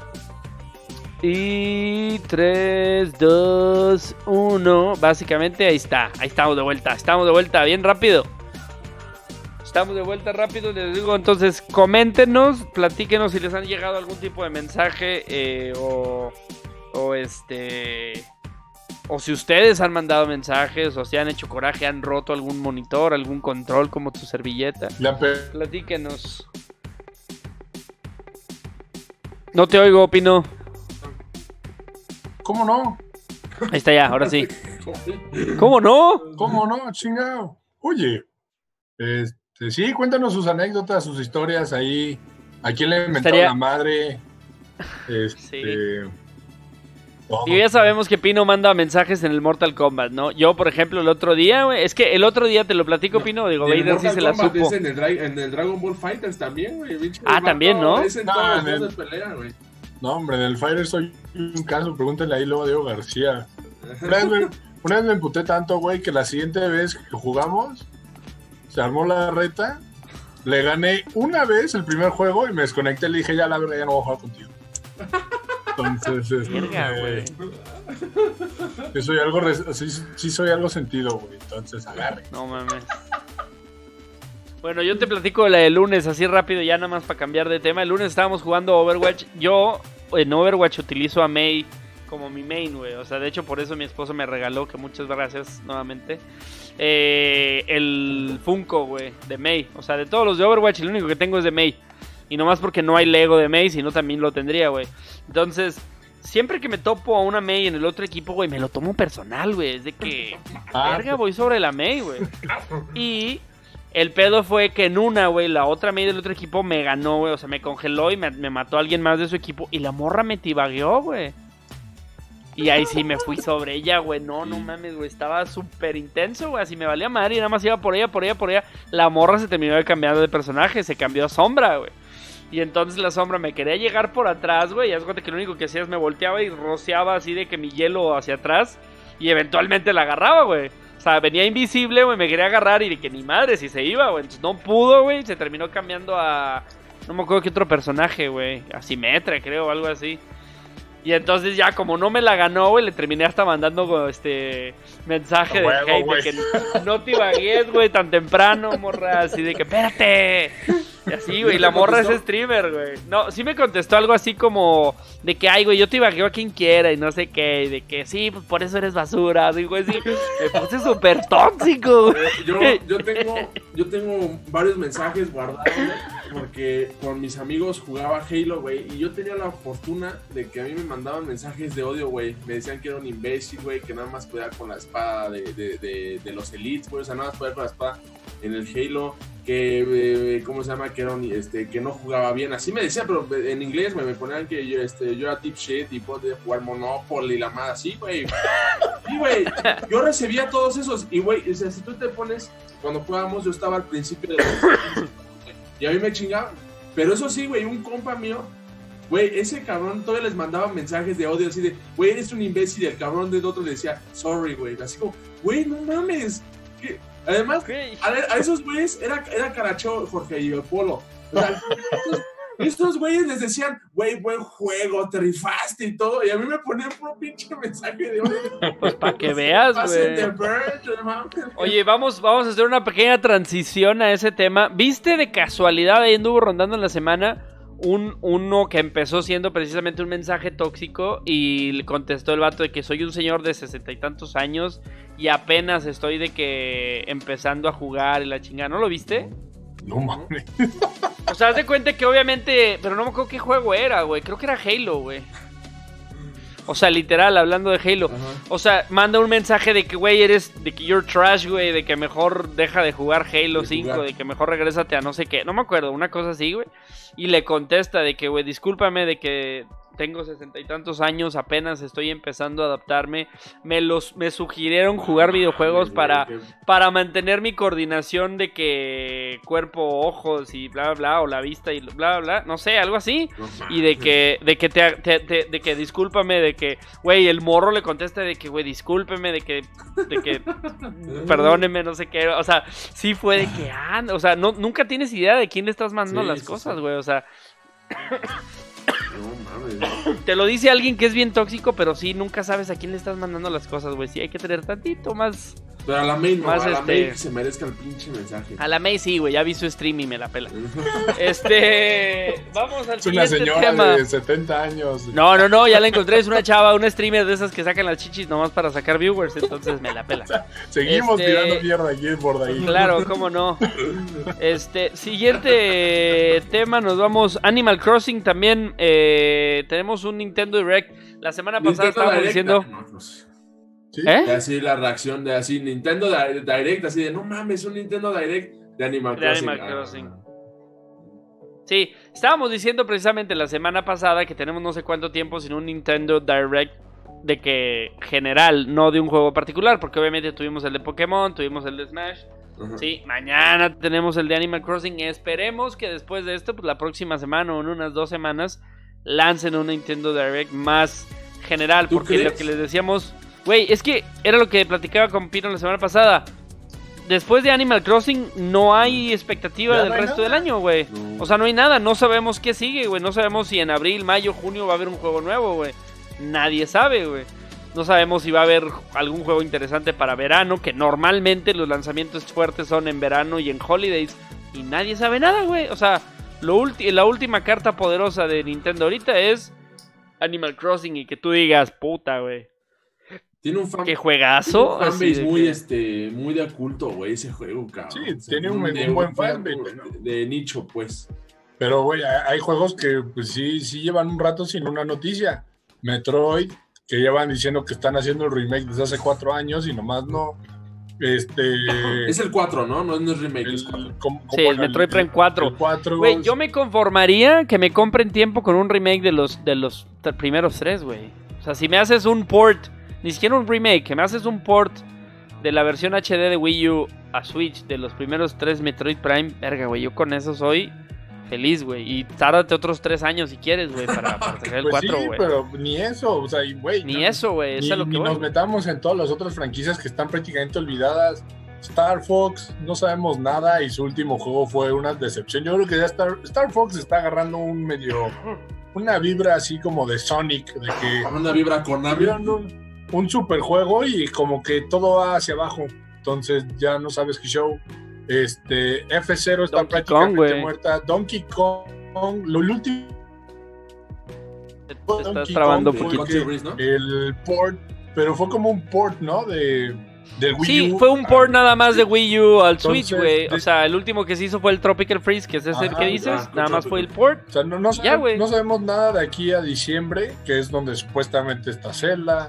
Y 3, 2, 1. Básicamente ahí está. Ahí estamos de vuelta. Bien rápido. Estamos de vuelta rápido. Les digo, entonces coméntenos. Platíquenos si les han llegado algún tipo de mensaje. O si ustedes han mandado mensajes. O si han hecho coraje. Han roto algún monitor. Algún control como tu servilleta. Platíquenos. No te oigo, Pino. ¿Cómo no? Ahí está ya, ahora sí. ¿Cómo no? ¿Cómo no? Chingado. Oye, sí, cuéntanos sus anécdotas, sus historias ahí. ¿A quién le inventó la madre? Sí. Y ya sabemos que Pino manda mensajes en el Mortal Kombat, ¿no? Yo, por ejemplo, el otro día, güey, es que el otro día te lo platico, Pino, digo, Vader sí se la supo. Es en el Dragon Ball Fighters también, güey. También, ¿no? Es en todos los de pelea, güey. No, hombre, en el Fighter soy un caso, pregúntale ahí luego a Diego García. Una vez me emputé tanto, güey, que la siguiente vez que jugamos, se armó la reta, le gané una vez el primer juego y me desconecté, le dije, ya la verdad, ya no voy a jugar contigo. Entonces, sí soy algo sentido, güey, entonces agarre. No mames. Bueno, yo te platico la del lunes, así rápido, ya nada más para cambiar de tema. El lunes estábamos jugando Overwatch. Yo en Overwatch utilizo a Mei como mi main, güey. O sea, de hecho, por eso mi esposo me regaló, que muchas gracias nuevamente, el Funko, güey, de Mei. O sea, de todos los de Overwatch, el único que tengo es de Mei. Y no más porque no hay Lego de Mei, sino también lo tendría, güey. Entonces, siempre que me topo a una Mei en el otro equipo, güey, me lo tomo personal, güey. Es de que, verga, voy sobre la Mei, güey. Y... el pedo fue que en una, güey, la otra Mei del otro equipo me ganó, güey. O sea, me congeló y me mató a alguien más de su equipo. Y la morra me tibagueó, güey. Y ahí sí me fui sobre ella, güey. No mames, güey. Estaba súper intenso, güey. Así me valía madre y nada más iba por ella. La morra se terminó de cambiar de personaje. Se cambió a Sombra, güey. Y entonces la Sombra me quería llegar por atrás, güey. Y haz cuenta que lo único que hacía es me volteaba y rociaba así de que mi hielo hacia atrás. Y eventualmente la agarraba, güey. O sea, venía invisible, güey, me quería agarrar y de que ni madre si se iba, güey. Entonces no pudo, güey, se terminó cambiando a... no me acuerdo qué otro personaje, güey. A Symmetra, creo, o algo así. Y entonces ya, como no me la ganó, güey, le terminé hasta mandando mensaje de hate, de que no te ibagues, güey, tan temprano, morra. Así de que, espérate. Y así, güey, la morra es streamer, güey. No, sí me contestó algo así como de que, ay, güey, yo te ibagueo a quien quiera y no sé qué. Y de que, sí, pues por eso eres basura. Así, güey, sí, me puse súper tóxico, güey. Yo tengo varios mensajes guardados, güey, porque con mis amigos jugaba Halo, güey, y yo tenía la fortuna de que a mí me mandaban mensajes de odio, güey. Me decían que era un imbécil, güey, que nada más podía con la espada de los elites, güey. O sea, nada más podía con la espada en el Halo. Que, ¿cómo se llama? Que era que no jugaba bien. Así me decían, pero en inglés, güey, me ponían que yo era tip shit y podía jugar Monopoly y la madre así, güey. Y, güey, yo recibía todos esos. Y, güey, o sea, si tú te pones, cuando jugábamos, yo estaba al principio de los... y a mí me chingaban. Pero eso sí, güey, un compa mío, güey, ese cabrón todavía les mandaba mensajes de odio así de, güey, eres un imbécil. Y el cabrón del otro le decía, sorry, güey. Así como, güey, no mames. Además, Okay. a esos güeyes era Caracho, Jorge y el Polo. O sea, estos güeyes les decían, güey, buen juego, te rifaste y todo. Y a mí me ponían puro pinche mensaje de Pues para que veas, güey. Oye, vamos a hacer una pequeña transición a ese tema. ¿Viste de casualidad, ahí anduvo rondando en la semana, uno que empezó siendo precisamente un mensaje tóxico y le contestó el vato de que soy un señor de 60 y tantos años y apenas estoy de que empezando a jugar y la chingada? ¿No lo viste? No mames. O sea, haz de cuenta que obviamente, pero no me acuerdo qué juego era, güey. Creo que era Halo, güey. O sea, literal, hablando de Halo. Ajá. O sea, manda un mensaje de que, güey, de que you're trash, güey. De que mejor deja de jugar Halo 5. De que mejor regrésate a no sé qué. No me acuerdo, una cosa así, güey. Y le contesta de que, güey, discúlpame de que tengo 60 y tantos años, apenas estoy empezando a adaptarme. Me sugirieron jugar videojuegos para mantener mi coordinación de que cuerpo, ojos y bla, bla, o la vista y bla, bla, no sé, algo así. Y de que discúlpame, de que, güey, el morro le contesta de que, güey, discúlpeme, de que perdóneme, no sé qué. O sea, sí fue de que, o sea, nunca tienes idea de quién le estás mandando las cosas, güey, o sea... No mames. Te lo dice alguien que es bien tóxico, pero sí, nunca sabes a quién le estás mandando las cosas, güey. Sí, hay que tener tantito más... Pero a la main, más a la main que se merezca el pinche mensaje. A la May sí, güey, ya vi su stream y me la pela. Vamos al Es una siguiente señora tema. de 70 años. No, ya la encontré, es una chava, una streamer de esas que sacan las chichis nomás para sacar viewers, entonces me la pela. Seguimos tirando mierda aquí en Bordaí. Claro, cómo no. Siguiente tema, nos vamos. Animal Crossing también. Tenemos un Nintendo Direct. La semana pasada estábamos diciendo. ¿Sí? De así la reacción de así Nintendo Direct, así de no mames, un Nintendo Direct de Animal Crossing. Sí, estábamos diciendo precisamente la semana pasada que tenemos no sé cuánto tiempo sin un Nintendo Direct de que general, no de un juego particular, porque obviamente tuvimos el de Pokémon, tuvimos el de Smash. Ajá. Sí, mañana tenemos el de Animal Crossing. Esperemos que después de esto, pues la próxima semana o en unas 2 semanas, lancen un Nintendo Direct más general, porque crees? Lo que les decíamos, güey, es que era lo que platicaba con Pino la semana pasada. Después de Animal Crossing no hay expectativa Ya del no hay resto del nada. año, güey. No. O sea, no hay nada, no sabemos qué sigue, güey. No sabemos si en abril, mayo, junio va a haber un juego nuevo, güey. Nadie sabe, güey. No sabemos si va a haber algún juego interesante para verano, que normalmente los lanzamientos fuertes son en verano y en holidays. Y nadie sabe nada, güey. O sea, la última carta poderosa de Nintendo ahorita es Animal Crossing y que tú digas, puta, güey. Tiene un Qué juegazo. un así fanbase de muy, que- muy de culto, güey, ese juego, cabrón. Sí, O sea, tiene un buen fanbase, ¿no? de nicho, pues. Pero, güey, hay juegos que pues, sí llevan un rato sin una noticia. Metroid, que llevan diciendo que están haciendo el remake desde hace 4 años y nomás no. Es el 4, ¿no? No es remake, es 4. Sí, el Metroid Prime 4. El 4. Güey, yo me conformaría que me compren tiempo con un remake de los primeros 3, güey. O sea, si me haces un port, ni siquiera un remake, que me haces un port de la versión HD de Wii U a Switch de los primeros 3 Metroid Prime, verga, güey, yo con eso soy feliz, güey. Y tárdate otros 3 años si quieres, güey, para sacar el 4, sí, güey. pero ni eso, o sea, güey. Ni eso, güey, eso es lo que ni voy. nos metamos en todas las otras franquicias que están prácticamente olvidadas. Star Fox, no sabemos nada y su último juego fue una decepción. Yo creo que ya Star Fox está agarrando una vibra así como de Sonic, de que Una vibra con tuvieron un super juego y como que todo va hacia abajo. Entonces ya no sabes qué show. F0 está Donkey prácticamente Kong, güey. muerta. Donkey Kong, lo último. Te estás Donkey trabando un Kong, poquito. el port, pero fue como un port, ¿no? Del Wii Sí, U. fue un port nada más de Wii U al Switch, Entonces, güey. O sea, el último que se hizo fue el Tropical Freeze, que es ese Ajá, que dices. ya, Nada más Tropical. fue el port. O sea, no Ya, güey. no sabemos nada de aquí a diciembre, que es donde supuestamente está Zelda.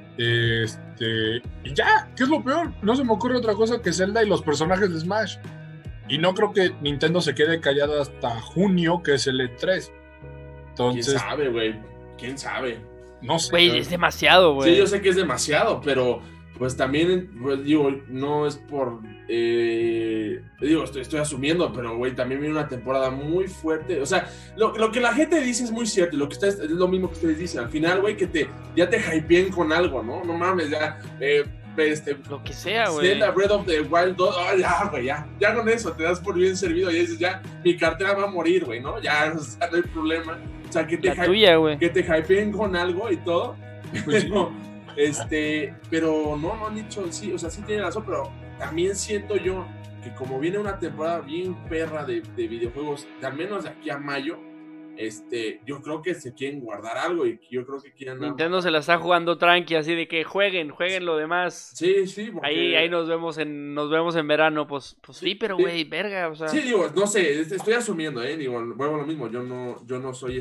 Y ya, ¿qué es lo peor? No se me ocurre otra cosa que Zelda y los personajes de Smash. Y no creo que Nintendo se quede callada hasta junio, que es el E3. Entonces, ¿Quién sabe, güey? ¿Quién sabe? no sé. Güey, es demasiado, güey. Sí, yo sé que es demasiado, pero pues también, pues, digo, no es por... digo, estoy asumiendo, pero, güey, también viene una temporada muy fuerte. O sea, lo que la gente dice es muy cierto, lo que es lo mismo que ustedes dicen. Al final, güey, que ya te hypeen con algo, ¿no? No mames, ya... Lo que sea, güey. Zelda Breath of the Wild 2, ya, güey, ya con eso te das por bien servido y dices, ya, mi cartera va a morir, güey, ¿no? Ya, o sea, no hay problema. O sea, que te hypeen con algo y todo, pero, pero no han dicho, sí, o sea, sí tiene razón, pero también siento yo que como viene una temporada bien perra de videojuegos, al menos de aquí a mayo, yo creo que se quieren guardar algo y yo creo que quieren... Nintendo se la está jugando tranqui, así de que jueguen lo demás. Sí, porque... Ahí nos vemos en verano, pues sí, pero güey, verga, o sea... Sí, digo, no sé, estoy asumiendo, digo, vuelvo a lo mismo, yo no soy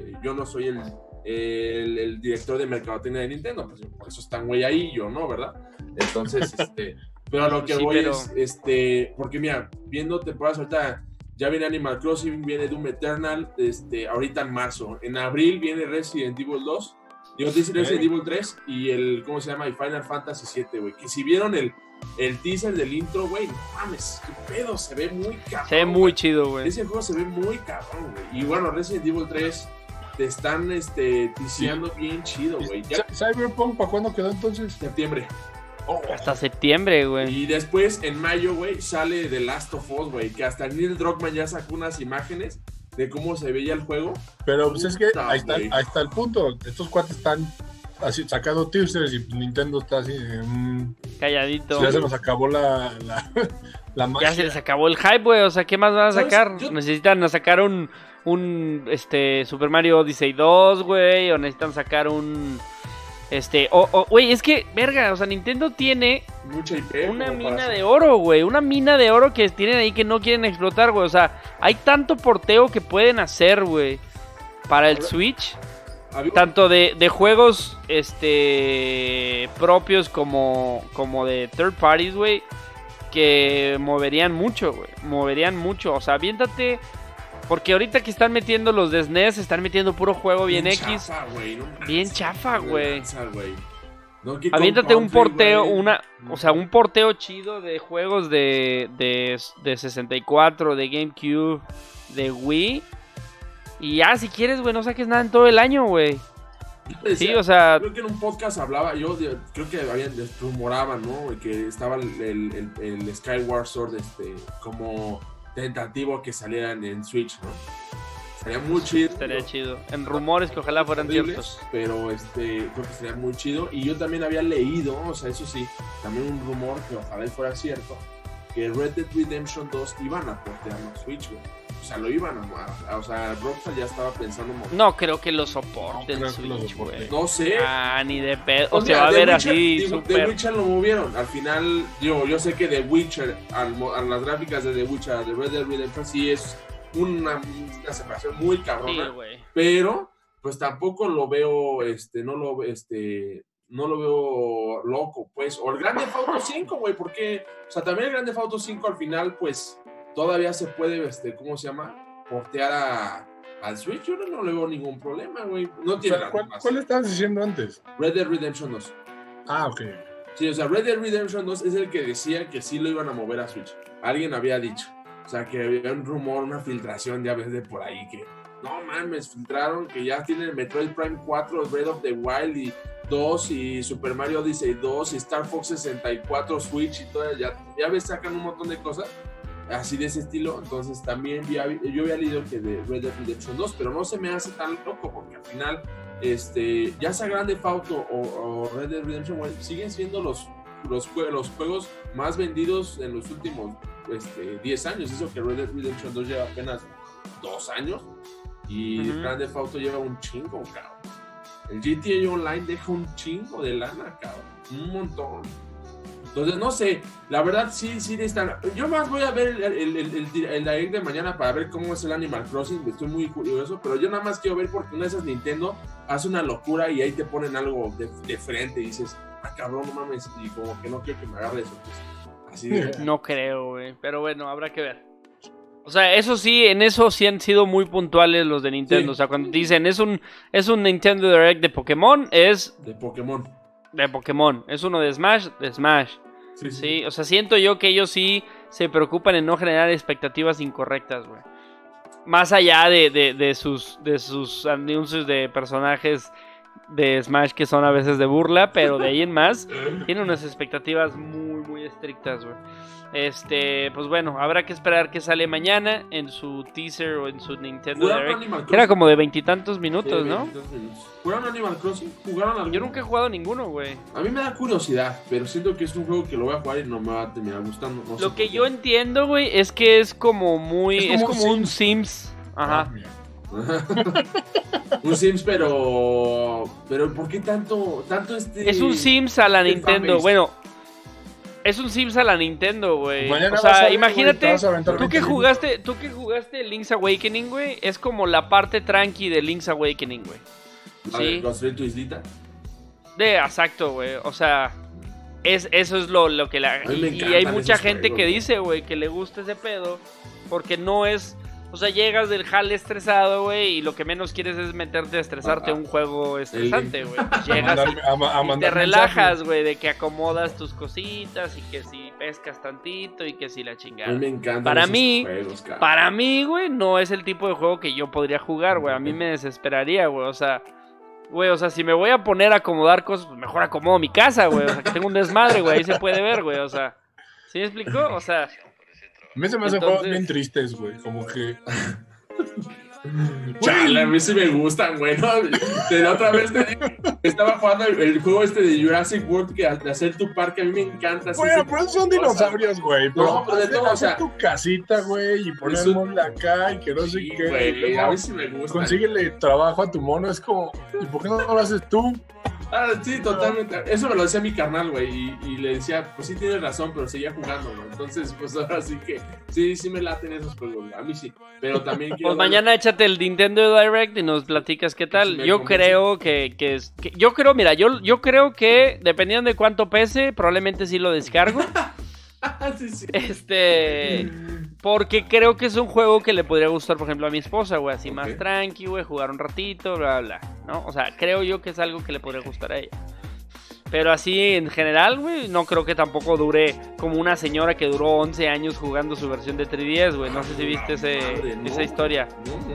el director de mercadotecnia de Nintendo, pues por eso están güey ahí, yo no, ¿verdad? Entonces, pero a lo que voy es, porque mira, viendo temporadas ahorita, ya viene Animal Crossing, viene Doom Eternal, ahorita en marzo, en abril viene Resident Evil 2, Resident Evil 3 y el, ¿cómo se llama? Y Final Fantasy 7, güey, que si vieron el teaser del intro, güey, no mames, qué pedo, se ve muy cabrón. Se ve muy chido, güey. Ese juego se ve muy cabrón, güey, y bueno, Resident Evil 3 te están ticiando bien chido, güey. ¿Cyberpunk para cuándo quedó entonces? Septiembre. Hasta septiembre, güey. Y después, en mayo, güey, sale The Last of Us, güey, que hasta Neil Druckmann ya sacó unas imágenes de cómo se veía el juego. Pero pues es que ahí está el punto. Estos cuates están así sacando teasers y Nintendo está así calladito. Ya se nos acabó la magia. Ya se les acabó el hype, güey. O sea, ¿qué más van a sacar? Necesitan sacar un Super Mario Odyssey 2, güey, o necesitan sacar un güey, es que, verga, o sea, Nintendo tiene mucha IP, una mina de oro, güey, una mina de oro que tienen ahí que no quieren explotar, güey, o sea, hay tanto porteo que pueden hacer, güey, para el Switch, tanto de juegos, propios como de third parties, güey, que moverían mucho, o sea, aviéntate. Porque ahorita que están metiendo los de SNES, están metiendo puro juego bien X. Chafa, güey, no bien chafa, güey. No, aviéntate un porteo, un porteo chido de juegos de 64, de GameCube, de Wii. Y ya, si quieres, güey, no saques nada en todo el año, güey. Sí, o sea... Creo que en un podcast hablaba, creo que rumoraban, ¿no? Que estaba el Skyward Sword, como... tentativo que salieran en Switch, ¿no? Estaría muy chido. Estaría chido. En rumores que ojalá fueran ciertos. Pero creo que sería muy chido. Y yo también había leído, o sea, eso sí, también un rumor que ojalá fuera cierto, que Red Dead Redemption 2 iban a portearlo a Switch, güey. O sea, lo iban a... O sea, Rockstar ya estaba pensando... No creo que lo soporten Switch, güey. No sé. Ni de pedo. O sea, va a ver así super... The Witcher lo movieron. Al final, yo sé que The Witcher, a las gráficas de The Witcher, de Red Dead Redemption, sí es una separación muy cabrona. Sí, güey. Pero, pues tampoco lo veo, no lo veo loco, pues. O el Grand Theft Auto 5, güey, porque... O sea, también el Grand Theft Auto 5 al final, pues... Todavía se puede, ¿cómo se llama? Portear al Switch. Yo no le veo ningún problema, güey. No tiene ¿Cuál estabas diciendo antes? Red Dead Redemption 2. Ah, ok. Sí, o sea, Red Dead Redemption 2 es el que decía que sí lo iban a mover a Switch. Alguien había dicho. O sea, que había un rumor, una filtración, ya ves de por ahí, que no mames, filtraron que ya tienen Metroid Prime 4, Breath of the Wild y 2 y Super Mario Odyssey 2 y Star Fox 64 Switch y todo. Ya ves, sacan un montón de cosas así de ese estilo. Entonces también yo había leído que de Red Dead Redemption 2, pero no se me hace tan loco porque al final ya sea Grand Theft Auto o Red Dead Redemption, bueno, siguen siendo los juegos más vendidos en los últimos 10 años. Eso que Red Dead Redemption 2 lleva apenas 2 años y Grand Theft Auto lleva un chingo, cabrón. El GTA Online deja un chingo de lana, cabrón, un montón. Entonces, no sé, la verdad sí están. Yo más voy a ver el direct de mañana para ver cómo es el Animal Crossing. Estoy muy curioso, pero yo nada más quiero ver porque una de esas Nintendo hace una locura y ahí te ponen algo de frente y dices, cabrón, no mames, y como que no quiero que me agarre eso. Pues, así de... No creo, güey, pero bueno, habrá que ver. O sea, eso sí, en eso sí han sido muy puntuales los de Nintendo. Sí. O sea, cuando te dicen es un Nintendo Direct de Pokémon, es... De Pokémon. De Pokémon. Es uno de Smash, de Smash. Sí, o sea, siento yo que ellos sí se preocupan en no generar expectativas incorrectas, güey. Más allá de sus anuncios de personajes de Smash que son a veces de burla, pero de ahí en más tiene unas expectativas muy, muy estrictas, güey. Pues bueno, habrá que esperar que sale mañana en su teaser o en su Nintendo Direct. Era como de 20 y tantos minutos, sí, ¿no? ¿Jugaron Animal Crossing? ¿Jugaron algo? Yo nunca he jugado ninguno, güey. A mí me da curiosidad, pero siento que es un juego que lo voy a jugar y no me va a terminar gustando. No lo que yo entiendo, güey, es que es como muy... Es como un Sims. Ajá. Un Sims, pero ¿por qué tanto Es un Sims a la Nintendo, bueno... Es un Sims a la Nintendo, güey. O sea, imagínate, tú que jugaste Link's Awakening, güey, es como la parte tranqui de Link's Awakening, güey. ¿Sí? ¿Construir tu islita? Exacto, güey. O sea, eso es lo que la... Y hay mucha gente que dice, güey, que le gusta ese pedo, porque no es... O sea, llegas del jale estresado, güey, y lo que menos quieres es meterte a estresarte a un juego estresante, güey. Llegas y te relajas, güey, de que acomodas tus cositas y que si pescas tantito y que si la chingada. A mí me encantan para mí, güey, no es el tipo de juego que yo podría jugar, güey. A mí me desesperaría, güey. O sea, si me voy a poner a acomodar cosas, pues mejor acomodo mi casa, güey. O sea, que tengo un desmadre, güey. Ahí se puede ver, güey. O sea, ¿sí me explicó? O sea... A mí se me hacen juegos bien tristes, güey, como que... Chale, a mí sí me gustan, güey, ¿no? La otra vez te digo, estaba jugando el juego de Jurassic World, que de hacer tu parque, a mí me encanta. Bueno, pero son dinosaurios, güey. No, pero de todo, o sea... tu casita, güey, y poner el mono acá, y que no sé qué. Güey, a mí sí me gusta. Consíguele trabajo a tu mono, es como... ¿Y por qué no lo haces tú? Sí, totalmente. Eso me lo decía mi carnal, güey, y le decía, pues sí tienes razón, pero seguía jugando, güey. Entonces, pues ahora sí que, sí me laten esos juegos, güey. A mí sí, pero también quiero... Pues mañana échate el Nintendo Direct y nos platicas qué tal. Yo creo mira, yo creo que, dependiendo de cuánto pese, probablemente sí lo descargo. Sí. Porque creo que es un juego que le podría gustar, por ejemplo, a mi esposa, güey, así más tranqui, güey, jugar un ratito, bla, bla, ¿no? O sea, creo yo que es algo que le podría gustar a ella. Pero así, en general, güey, no creo que tampoco dure como una señora que duró 11 años jugando su versión de 3DS, güey. No sé si viste esa historia.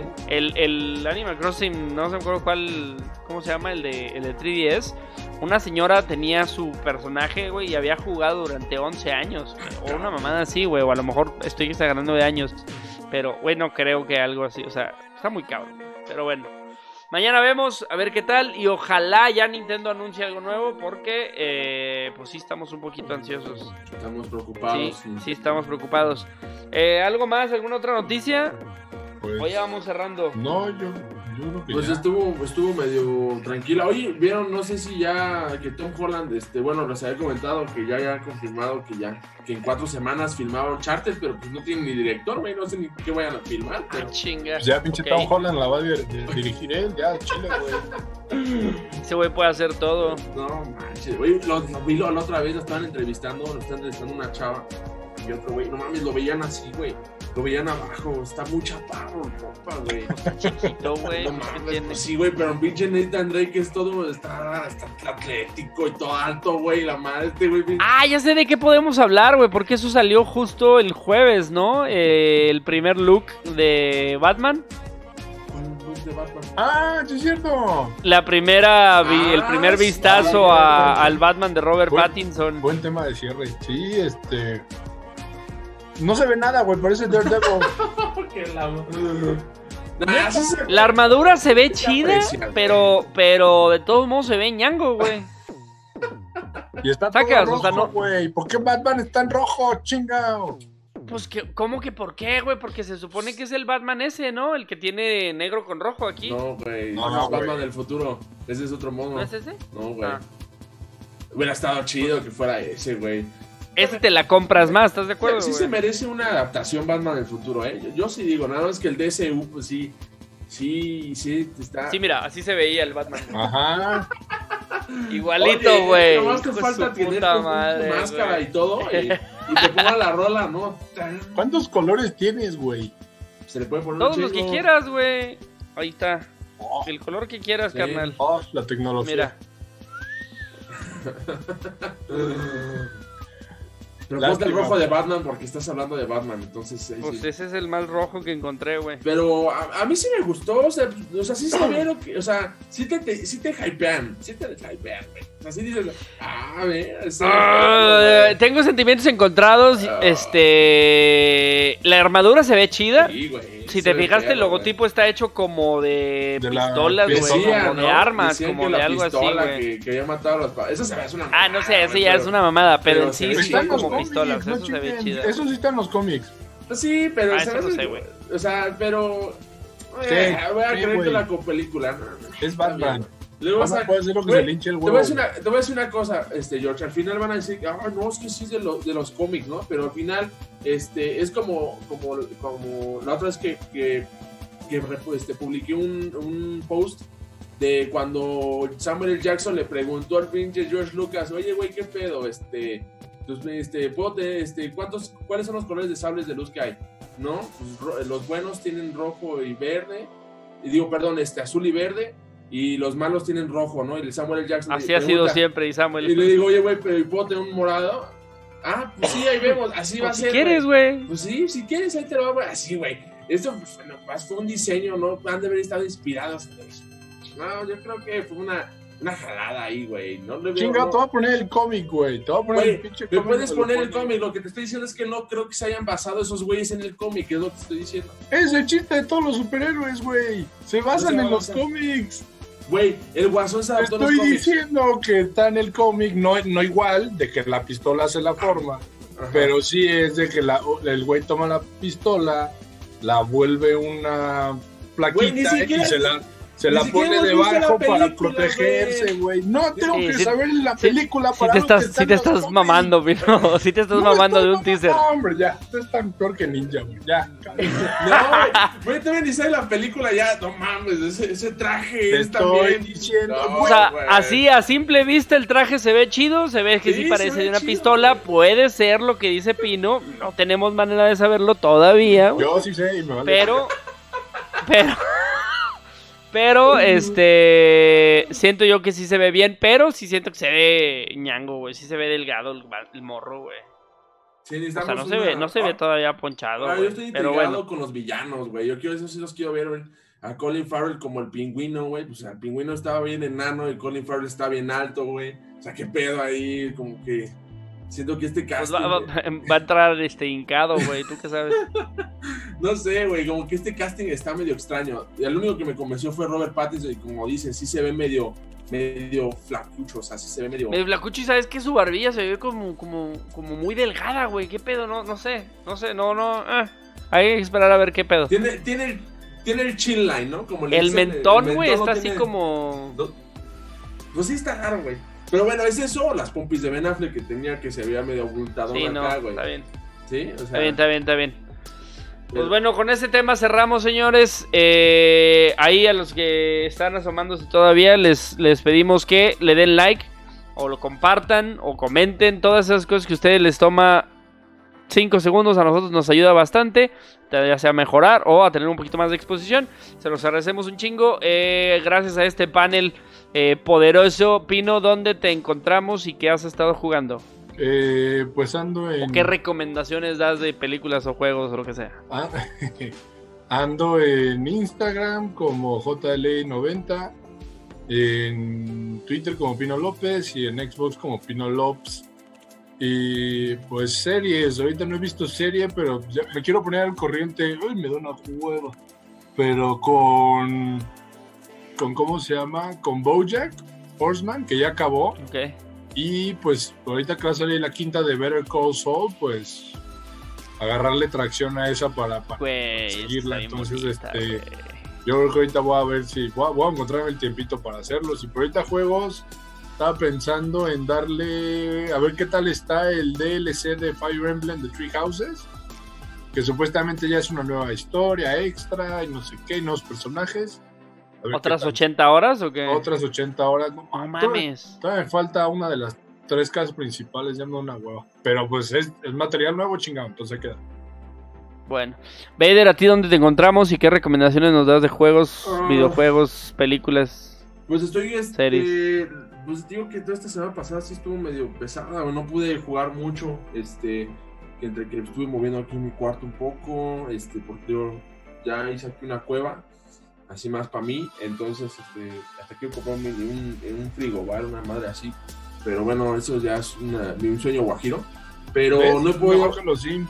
El Animal Crossing, no se me acuerdo ¿cómo se llama? El de 3DS. Una señora tenía su personaje, güey, y había jugado durante 11 años. O una mamada así, güey, o a lo mejor estoy exagerando de años. Pero, güey, no creo que algo así, o sea, está muy cabrón. Pero bueno. Mañana vemos, a ver qué tal, y ojalá ya Nintendo anuncie algo nuevo, porque pues sí estamos un poquito ansiosos. Estamos preocupados. Sí, estamos preocupados. ¿Algo más? ¿Alguna otra noticia? Pues, o ya vamos cerrando. No, yo creo que pues ya. Estuvo medio tranquila. Oye, vieron, no sé si ya que Tom Holland, bueno, les había comentado que ya confirmado que en 4 semanas filmaba Uncharted, pero pues no tiene ni director, güey, no sé ni qué vayan a filmar. Pero... chinga. Pues ya pinche Tom Holland la va a dirigir él, ya, chile, güey. Ese güey puede hacer todo. No manches, güey, lo vi la otra vez, lo estaban entrevistando una chava y otro güey, no mames, lo veían así, güey. Lo veían abajo, está muy chaparro el compa, güey. Está chiquito, güey. No mames, sí, güey, pero pinche Nathan Drake es todo, está atlético y todo alto, güey, la madre güey. Ya sé de qué podemos hablar, güey, porque eso salió justo el jueves, ¿no? El primer look de Batman. ¿Cuál look de Batman? Sí es cierto. El primer vistazo al Batman de Robert Pattinson. Buen tema de cierre. Sí, no se ve nada, güey, parece Daredevil. La armadura se ve chida, pero de todos modos se ve ñango, güey. Y está todo rojo, o sea, no, güey. ¿Por qué Batman está en rojo, chingao? Pues, ¿cómo que por qué, güey? Porque se supone que es el Batman ese, ¿no? El que tiene negro con rojo aquí. No, güey. No, Batman del futuro. Ese es otro modo. ¿No es ese? No, güey. Hubiera estado chido que fuera ese, güey. Ese te la compras más, ¿estás de acuerdo? Sí se merece una adaptación Batman del futuro, ¿eh? Yo sí digo, nada más que el DCU, pues sí está... Sí, mira, así se veía el Batman. Ajá. Igualito, güey. Nomás te falta tener tu máscara, güey, y todo, y te ponga la rola, ¿no? ¿Cuántos colores tienes, güey? Se le puede poner todos los que quieras, güey. Ahí está. El color que quieras, carnal. La tecnología. Mira. Pero ponte el rojo de Batman porque estás hablando de Batman, entonces... Pues sí. ese es el más rojo que encontré, güey. Pero a mí sí me gustó, o sea sí se ve lo que... O sea, sí te hypean, güey. O sea, sí dices, a ver... Tengo sentimientos encontrados, La armadura se ve chida. Sí, güey. Si te fijaste, el logotipo está hecho como de pistolas, güey, como de armas, como de algo así, güey. Que había matado a los... Eso se ve, es una mamada. No sé, eso ya es una mamada, pero en sí son como pistolas, eso se ve chido. Eso sí está en los cómics. Sí, pero... eso no sé, güey. O sea, pero... voy a creer que la película... Es Batman. Luego, puede ser lo que se le hinche el huevo. Te voy a decir una cosa, George. Al final van a decir, no, es que sí es de los cómics, ¿no? Pero al final, es como la otra vez que publiqué un post de cuando Samuel L. Jackson le preguntó al pinche George Lucas, oye, güey, ¿qué pedo? ¿Cuáles son los colores de sables de luz que hay? ¿No? Pues, los buenos tienen rojo y verde, azul y verde. Y los malos tienen rojo, ¿no? Y el Samuel L. Jackson así ha sido siempre, y Samuel. Y le digo, oye, güey, pero ¿puedo tener un morado? Pues sí, ahí vemos, así va a ser. Si quieres, güey. Pues sí, si quieres, ahí te lo voy a... Así, güey. Esto fue un diseño, ¿no? Han de haber estado inspirados. No, yo creo que fue una jalada ahí, güey. Chinga, te voy a poner el cómic, güey. Te voy a poner el pinche cómic. Me puedes poner el cómic. Lo que te estoy diciendo es que no creo que se hayan basado esos güeyes en el cómic, es lo que estoy diciendo. Es el chiste de todos los superhéroes, güey. Se basan en los cómics. Güey, el Guasón se adaptó a los cómics. Estoy diciendo que está en el cómic, no igual, de que la pistola hace la forma, pero sí es de que el güey toma la pistola, la vuelve una plaquita, güey, y se la pone debajo para protegerse, güey. No, tengo que saber la película para si te estás mamando, Pino. Si te estás mamando de un teaser. No, hombre, ya. Tú estás tan peor que Ninja, güey. Ya. No, güey, todavía ni sabes la película ya. No mames, ese traje es también. Diciendo, o sea, así a simple vista el traje se ve chido, se ve que sí parece de una pistola. Güey. Puede ser lo que dice Pino. No tenemos manera de saberlo todavía. Güey. Yo sí sé y me vale. Pero, siento yo que sí se ve bien, pero sí siento que se ve ñango, güey. Sí se ve delgado el morro, güey. Sí, o sea, no se ve todavía ponchado, güey. Yo estoy intrigado con los villanos, güey. Eso sí los quiero ver, güey. A Colin Farrell como el pingüino, güey. Pues el pingüino estaba bien enano y Colin Farrell está bien alto, güey. O sea, qué pedo ahí, como que... Siento que este casting... Pues va a entrar hincado, güey, ¿tú qué sabes? No sé, güey, como que este casting está medio extraño. Y el único que me convenció fue Robert Pattinson y como dicen, sí se ve medio flacucho, o sea, sí se ve medio flacucho y sabes que su barbilla se ve como muy delgada, güey, ¿qué pedo? No sé, hay que esperar a ver qué pedo. Tiene el chin line, ¿no? Como el mentón, güey, está así como... Pues sí está raro, güey. Pero bueno, es eso, las pompis de Ben Affleck que se veía medio ocultado acá, güey. Está bien. Sí, o sea. Está bien. Pues bueno, con este tema cerramos, señores. Ahí a los que están asomándose todavía, les pedimos que le den like, o lo compartan, o comenten. Todas esas cosas que a ustedes les toma 5 segundos, a nosotros nos ayuda bastante, ya sea a mejorar o a tener un poquito más de exposición. Se los agradecemos un chingo. Gracias a este panel poderoso. Pino, ¿dónde te encontramos y qué has estado jugando? Pues ando en... ¿O qué recomendaciones das de películas o juegos o lo que sea? Ando en Instagram como JLA90, en Twitter como Pino López y en Xbox como Pino Lops. Y pues series, ahorita no he visto serie, pero ya me quiero poner al corriente. Uy, me da una hueva. Pero con ¿cómo se llama? Con BoJack Horseman, que ya acabó. Ok. Y pues ahorita que va a salir la quinta de Better Call Saul, pues agarrarle tracción a esa para seguirla. Entonces, yo creo que ahorita voy a ver si voy a encontrarme el tiempito para hacerlos. Y por ahorita juegos, estaba pensando en darle a ver qué tal está el DLC de Fire Emblem de Three Houses, que supuestamente ya es una nueva historia extra y no sé qué, y nuevos personajes. ¿Otras 80 horas o qué? Otras 80 horas. No mames. Todavía me falta una de las 3 casas principales, ya me da una hueva. Pero pues es material nuevo, chingado, entonces queda. Bueno, Vader, ¿a ti dónde te encontramos y qué recomendaciones nos das de juegos, videojuegos, películas? Pues estoy, Series. pues digo que toda esta semana pasada sí estuvo medio pesada, no pude jugar mucho, entre que estuve moviendo aquí en mi cuarto un poco, porque yo ya hice aquí una cueva, así más para mí, entonces, hasta quiero comprarme un frigobar, una madre así, pero bueno, eso ya es un sueño guajiro, pero ¿ves? no he podido... Mejor que los Sims.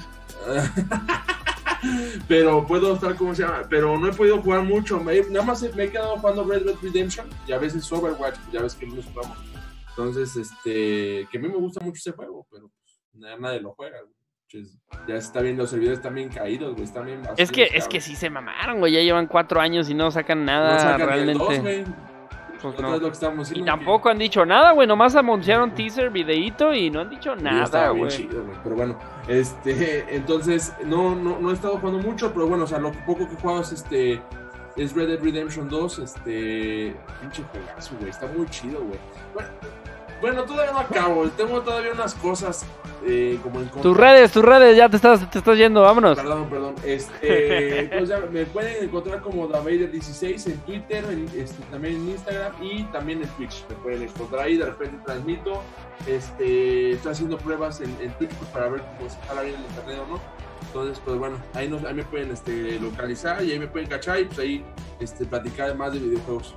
Pero puedo estar, ¿cómo se llama? Pero no he podido jugar mucho. Nada más me he quedado jugando Red Dead Redemption y a veces Overwatch, ya ves que no nos jugamos. Entonces, que a mí me gusta mucho ese juego, pero pues, nadie lo juega. Entonces, ya se está viendo, los servidores están bien caídos, güey. Están bien vacíos, Es que sí se mamaron, güey. Ya llevan 4 años y no sacan nada no sacan realmente. Ni el 2, güey. Pues Otra no. vez lo que estamos Y diciendo, tampoco han dicho nada, güey. Nomás anunciaron teaser, videíto y no han dicho nada, estaba bien güey. chido, güey. Pero bueno, entonces no he estado jugando mucho, pero bueno, o sea, lo poco que he jugado es Red Dead Redemption 2, pinche juegazo, güey, está muy chido, güey. Bueno, todavía no acabo, tengo todavía unas cosas como en contra. Tus redes, ya te estás yendo, vámonos. Perdón. Pues ya me pueden encontrar como DaVader16 en Twitter, también en Instagram y también en Twitch. Me pueden encontrar ahí, de repente transmito. Estoy haciendo pruebas en Twitch pues, para ver cómo se jala bien el internet o no. Entonces, pues bueno, ahí me pueden localizar y ahí me pueden cachar y pues ahí platicar más de videojuegos.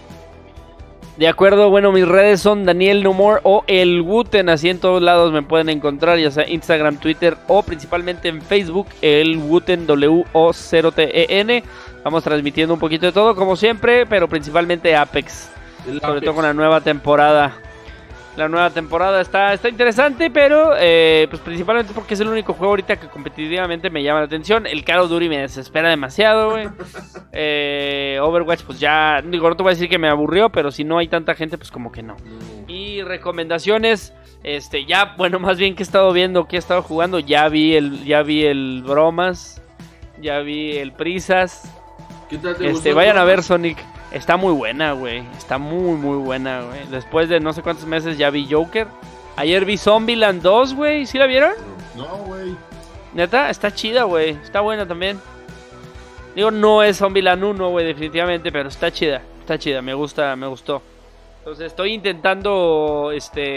De acuerdo, bueno, mis redes son Daniel No More o El Wooten, así en todos lados me pueden encontrar, ya sea Instagram, Twitter o principalmente en Facebook, El Wooten, W-O-0-T-E-N. Vamos transmitiendo un poquito de todo, como siempre, pero principalmente Apex, sobre todo con la nueva temporada. La nueva temporada está interesante, pero pues principalmente porque es el único juego ahorita que competitivamente me llama la atención. El Call of Duty me desespera demasiado, güey. Overwatch, pues ya, digo, no te voy a decir que me aburrió, pero si no hay tanta gente, pues como que no. Y recomendaciones, ya, bueno, más bien que he estado viendo, que he estado jugando, ya vi el Bromas, ya vi el Prisas. ¿Qué tal te gustó? Vayan a ver Sonic. Está muy buena, güey. Está muy, muy buena, güey. Después de no sé cuántos meses ya vi Joker. Ayer vi Zombieland 2, güey. ¿Sí la vieron? No, güey. Neta, está chida, güey. Está buena también. Digo, no es Zombieland 1, güey, definitivamente, pero está chida. Está chida, me gustó. Entonces estoy intentando,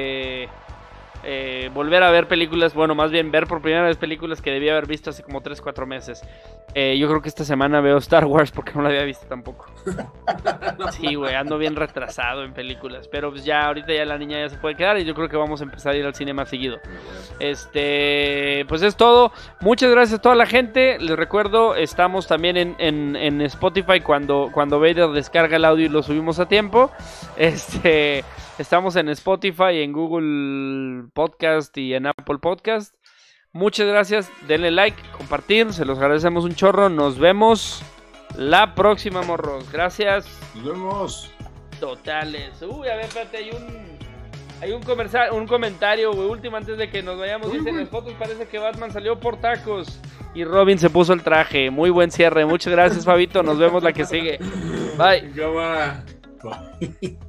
volver a ver películas, bueno, más bien ver por primera vez películas que debía haber visto hace como 3-4 meses. Yo creo que esta semana veo Star Wars porque no la había visto tampoco. Sí, güey, ando bien retrasado en películas, pero pues ya ahorita ya la niña ya se puede quedar y yo creo que vamos a empezar a ir al cine más seguido. Pues es todo. Muchas gracias a toda la gente. Les recuerdo, estamos también en Spotify cuando Vader descarga el audio y lo subimos a tiempo. Estamos en Spotify, en Google Podcast y en Apple Podcast. Muchas gracias, denle like, compartir, se los agradecemos un chorro. Nos vemos la próxima, morros. Gracias. Nos vemos. Totales. Uy, a ver, espérate, hay un comentario, güey, último antes de que nos vayamos. Dice, en las fotos parece que Batman salió por tacos y Robin se puso el traje. Muy buen cierre. Muchas gracias, Fabito. Nos vemos la que sigue. Bye. Bye.